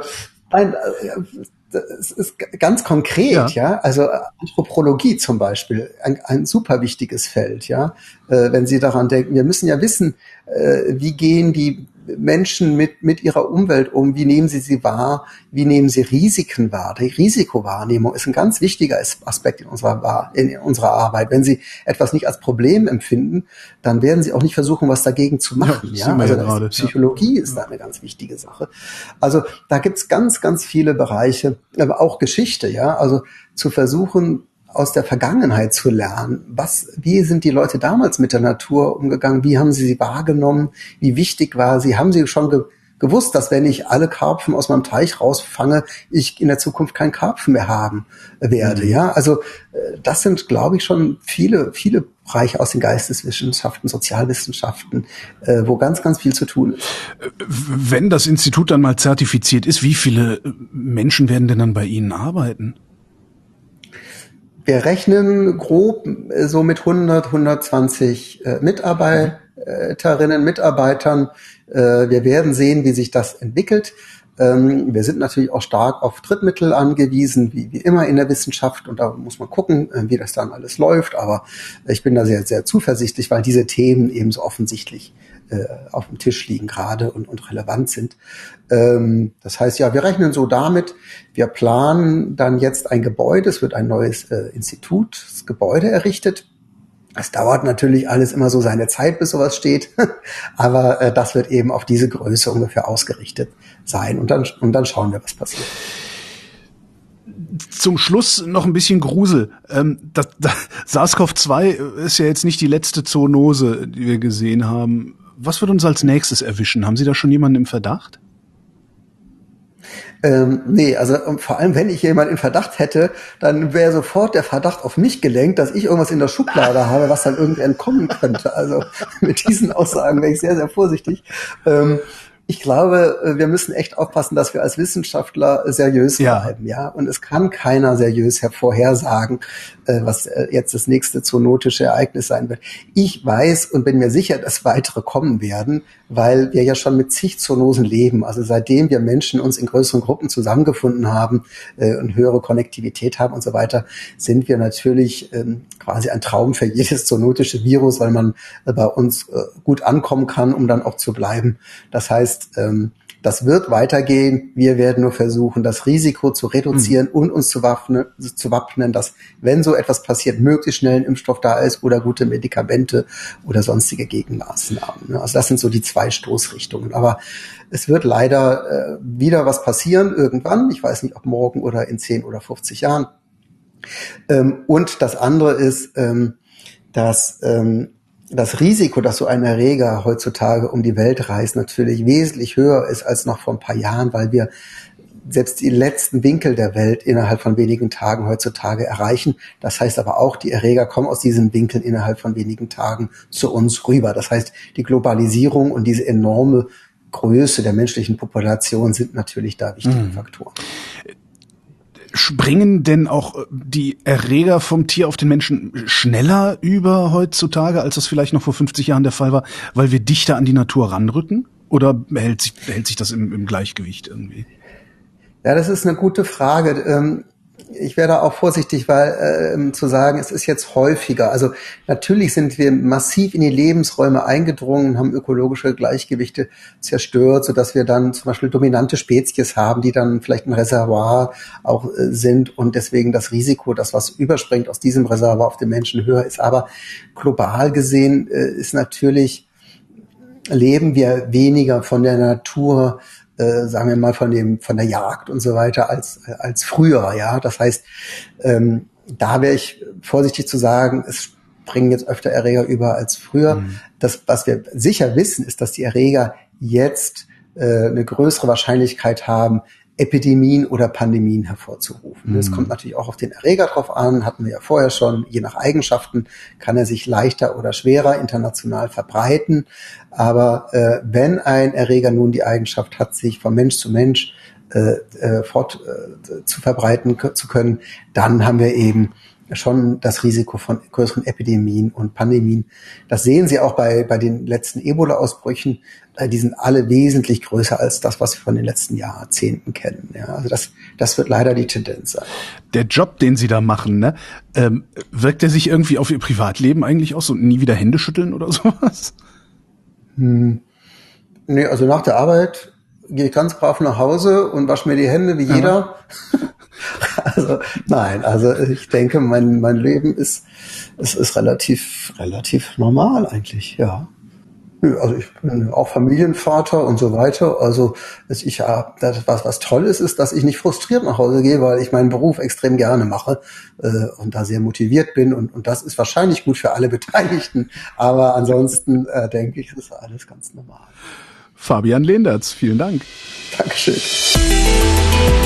es ist ganz konkret, ja. Also Anthropologie zum Beispiel, ein super wichtiges Feld, ja. Wenn Sie daran denken, wir müssen ja wissen, wie gehen die Menschen mit ihrer Umwelt um, wie nehmen sie wahr, wie nehmen sie Risiken wahr. Die Risikowahrnehmung ist ein ganz wichtiger Aspekt in unserer Arbeit. Wenn Sie etwas nicht als Problem empfinden, dann werden Sie auch nicht versuchen, was dagegen zu machen. Ja, also Psychologie ist da eine ganz wichtige Sache. Also da gibt's ganz, ganz viele Bereiche, aber auch Geschichte, ja, also zu versuchen, aus der Vergangenheit zu lernen. Wie sind die Leute damals mit der Natur umgegangen? Wie haben sie wahrgenommen? Wie wichtig war sie? Haben sie schon gewusst, dass wenn ich alle Karpfen aus meinem Teich rausfange, ich in der Zukunft keinen Karpfen mehr haben werde? Ja, also das sind, glaube ich, schon viele Bereiche aus den Geisteswissenschaften, Sozialwissenschaften, wo ganz, ganz viel zu tun ist. Wenn das Institut dann mal zertifiziert ist, wie viele Menschen werden denn dann bei Ihnen arbeiten? Wir rechnen grob so mit 120 Mitarbeiterinnen, Mitarbeitern. Wir werden sehen, wie sich das entwickelt. Wir sind natürlich auch stark auf Drittmittel angewiesen, wie immer in der Wissenschaft. Und da muss man gucken, wie das dann alles läuft. Aber ich bin da sehr, sehr zuversichtlich, weil diese Themen eben so offensichtlich auf dem Tisch liegen gerade und relevant sind. Das heißt, ja, wir rechnen so damit. Wir planen dann jetzt ein Gebäude. Es wird ein neues Institutsgebäude errichtet. Es dauert natürlich alles immer so seine Zeit, bis sowas steht. Aber das wird eben auf diese Größe ungefähr ausgerichtet sein. Und dann schauen wir, was passiert. Zum Schluss noch ein bisschen Grusel. SARS-CoV-2 ist ja jetzt nicht die letzte Zoonose, die wir gesehen haben. Was wird uns als nächstes erwischen? Haben Sie da schon jemanden im Verdacht? Nee, also vor allem, wenn ich jemanden in Verdacht hätte, dann wäre sofort der Verdacht auf mich gelenkt, dass ich irgendwas in der Schublade habe, was dann irgendwie entkommen könnte. Also mit diesen Aussagen wäre ich sehr, sehr vorsichtig. Ich glaube, wir müssen echt aufpassen, dass wir als Wissenschaftler seriös bleiben, ja. Und es kann keiner seriös vorhersagen, was jetzt das nächste zoonotische Ereignis sein wird. Ich weiß und bin mir sicher, dass weitere kommen werden, weil wir ja schon mit zig Zoonosen leben. Also seitdem wir Menschen uns in größeren Gruppen zusammengefunden haben und höhere Konnektivität haben und so weiter, sind wir natürlich quasi ein Traum für jedes zoonotische Virus, weil man bei uns gut ankommen kann, um dann auch zu bleiben. Das heißt, das wird weitergehen. Wir werden nur versuchen, das Risiko zu reduzieren und uns zu wappnen, dass, wenn so etwas passiert, möglichst schnell ein Impfstoff da ist oder gute Medikamente oder sonstige Gegenmaßnahmen. Also das sind so die zwei Stoßrichtungen. Aber es wird leider wieder was passieren irgendwann. Ich weiß nicht, ob morgen oder in 10 oder 50 Jahren. Und das andere ist, dass das Risiko, dass so ein Erreger heutzutage um die Welt reist, natürlich wesentlich höher ist als noch vor ein paar Jahren, weil wir selbst die letzten Winkel der Welt innerhalb von wenigen Tagen heutzutage erreichen. Das heißt aber auch, die Erreger kommen aus diesen Winkeln innerhalb von wenigen Tagen zu uns rüber. Das heißt, die Globalisierung und diese enorme Größe der menschlichen Population sind natürlich da wichtige Faktoren. Springen denn auch die Erreger vom Tier auf den Menschen schneller über heutzutage, als das vielleicht noch vor 50 Jahren der Fall war, weil wir dichter an die Natur ranrücken? Oder hält sich das im Gleichgewicht irgendwie? Ja, das ist eine gute Frage. Ich wäre da auch vorsichtig, weil zu sagen, es ist jetzt häufiger. Also natürlich sind wir massiv in die Lebensräume eingedrungen, haben ökologische Gleichgewichte zerstört, sodass wir dann zum Beispiel dominante Spezies haben, die dann vielleicht ein Reservoir auch sind und deswegen das Risiko, dass was überspringt aus diesem Reservoir auf den Menschen höher ist. Aber global gesehen ist natürlich, leben wir weniger von der Natur, sagen wir mal von der Jagd und so weiter als früher, ja. Das heißt, da wäre ich vorsichtig zu sagen, es springen jetzt öfter Erreger über als früher. Das, was wir sicher wissen, ist, dass die Erreger jetzt eine größere Wahrscheinlichkeit haben, Epidemien oder Pandemien hervorzurufen. Es kommt natürlich auch auf den Erreger drauf an, hatten wir ja vorher schon. Je nach Eigenschaften kann er sich leichter oder schwerer international verbreiten. Aber wenn ein Erreger nun die Eigenschaft hat, sich von Mensch zu Mensch zu verbreiten zu können, dann haben wir eben schon das Risiko von größeren Epidemien und Pandemien. Das sehen Sie auch bei den letzten Ebola-Ausbrüchen. Die sind alle wesentlich größer als das, was wir von den letzten Jahrzehnten kennen. Ja, also das wird leider die Tendenz sein. Der Job, den Sie da machen, ne, wirkt der sich irgendwie auf Ihr Privatleben eigentlich aus und nie wieder Hände schütteln oder sowas? Nee, also nach der Arbeit gehe ich ganz brav nach Hause und wasche mir die Hände wie jeder. Also nein, also ich denke, mein Leben ist relativ normal eigentlich, ja. Also ich bin auch Familienvater und so weiter. Also was toll ist, dass ich nicht frustriert nach Hause gehe, weil ich meinen Beruf extrem gerne mache und da sehr motiviert bin und das ist wahrscheinlich gut für alle Beteiligten. Aber ansonsten denke ich, ist alles ganz normal. Fabian Leendertz, vielen Dank. Dankeschön.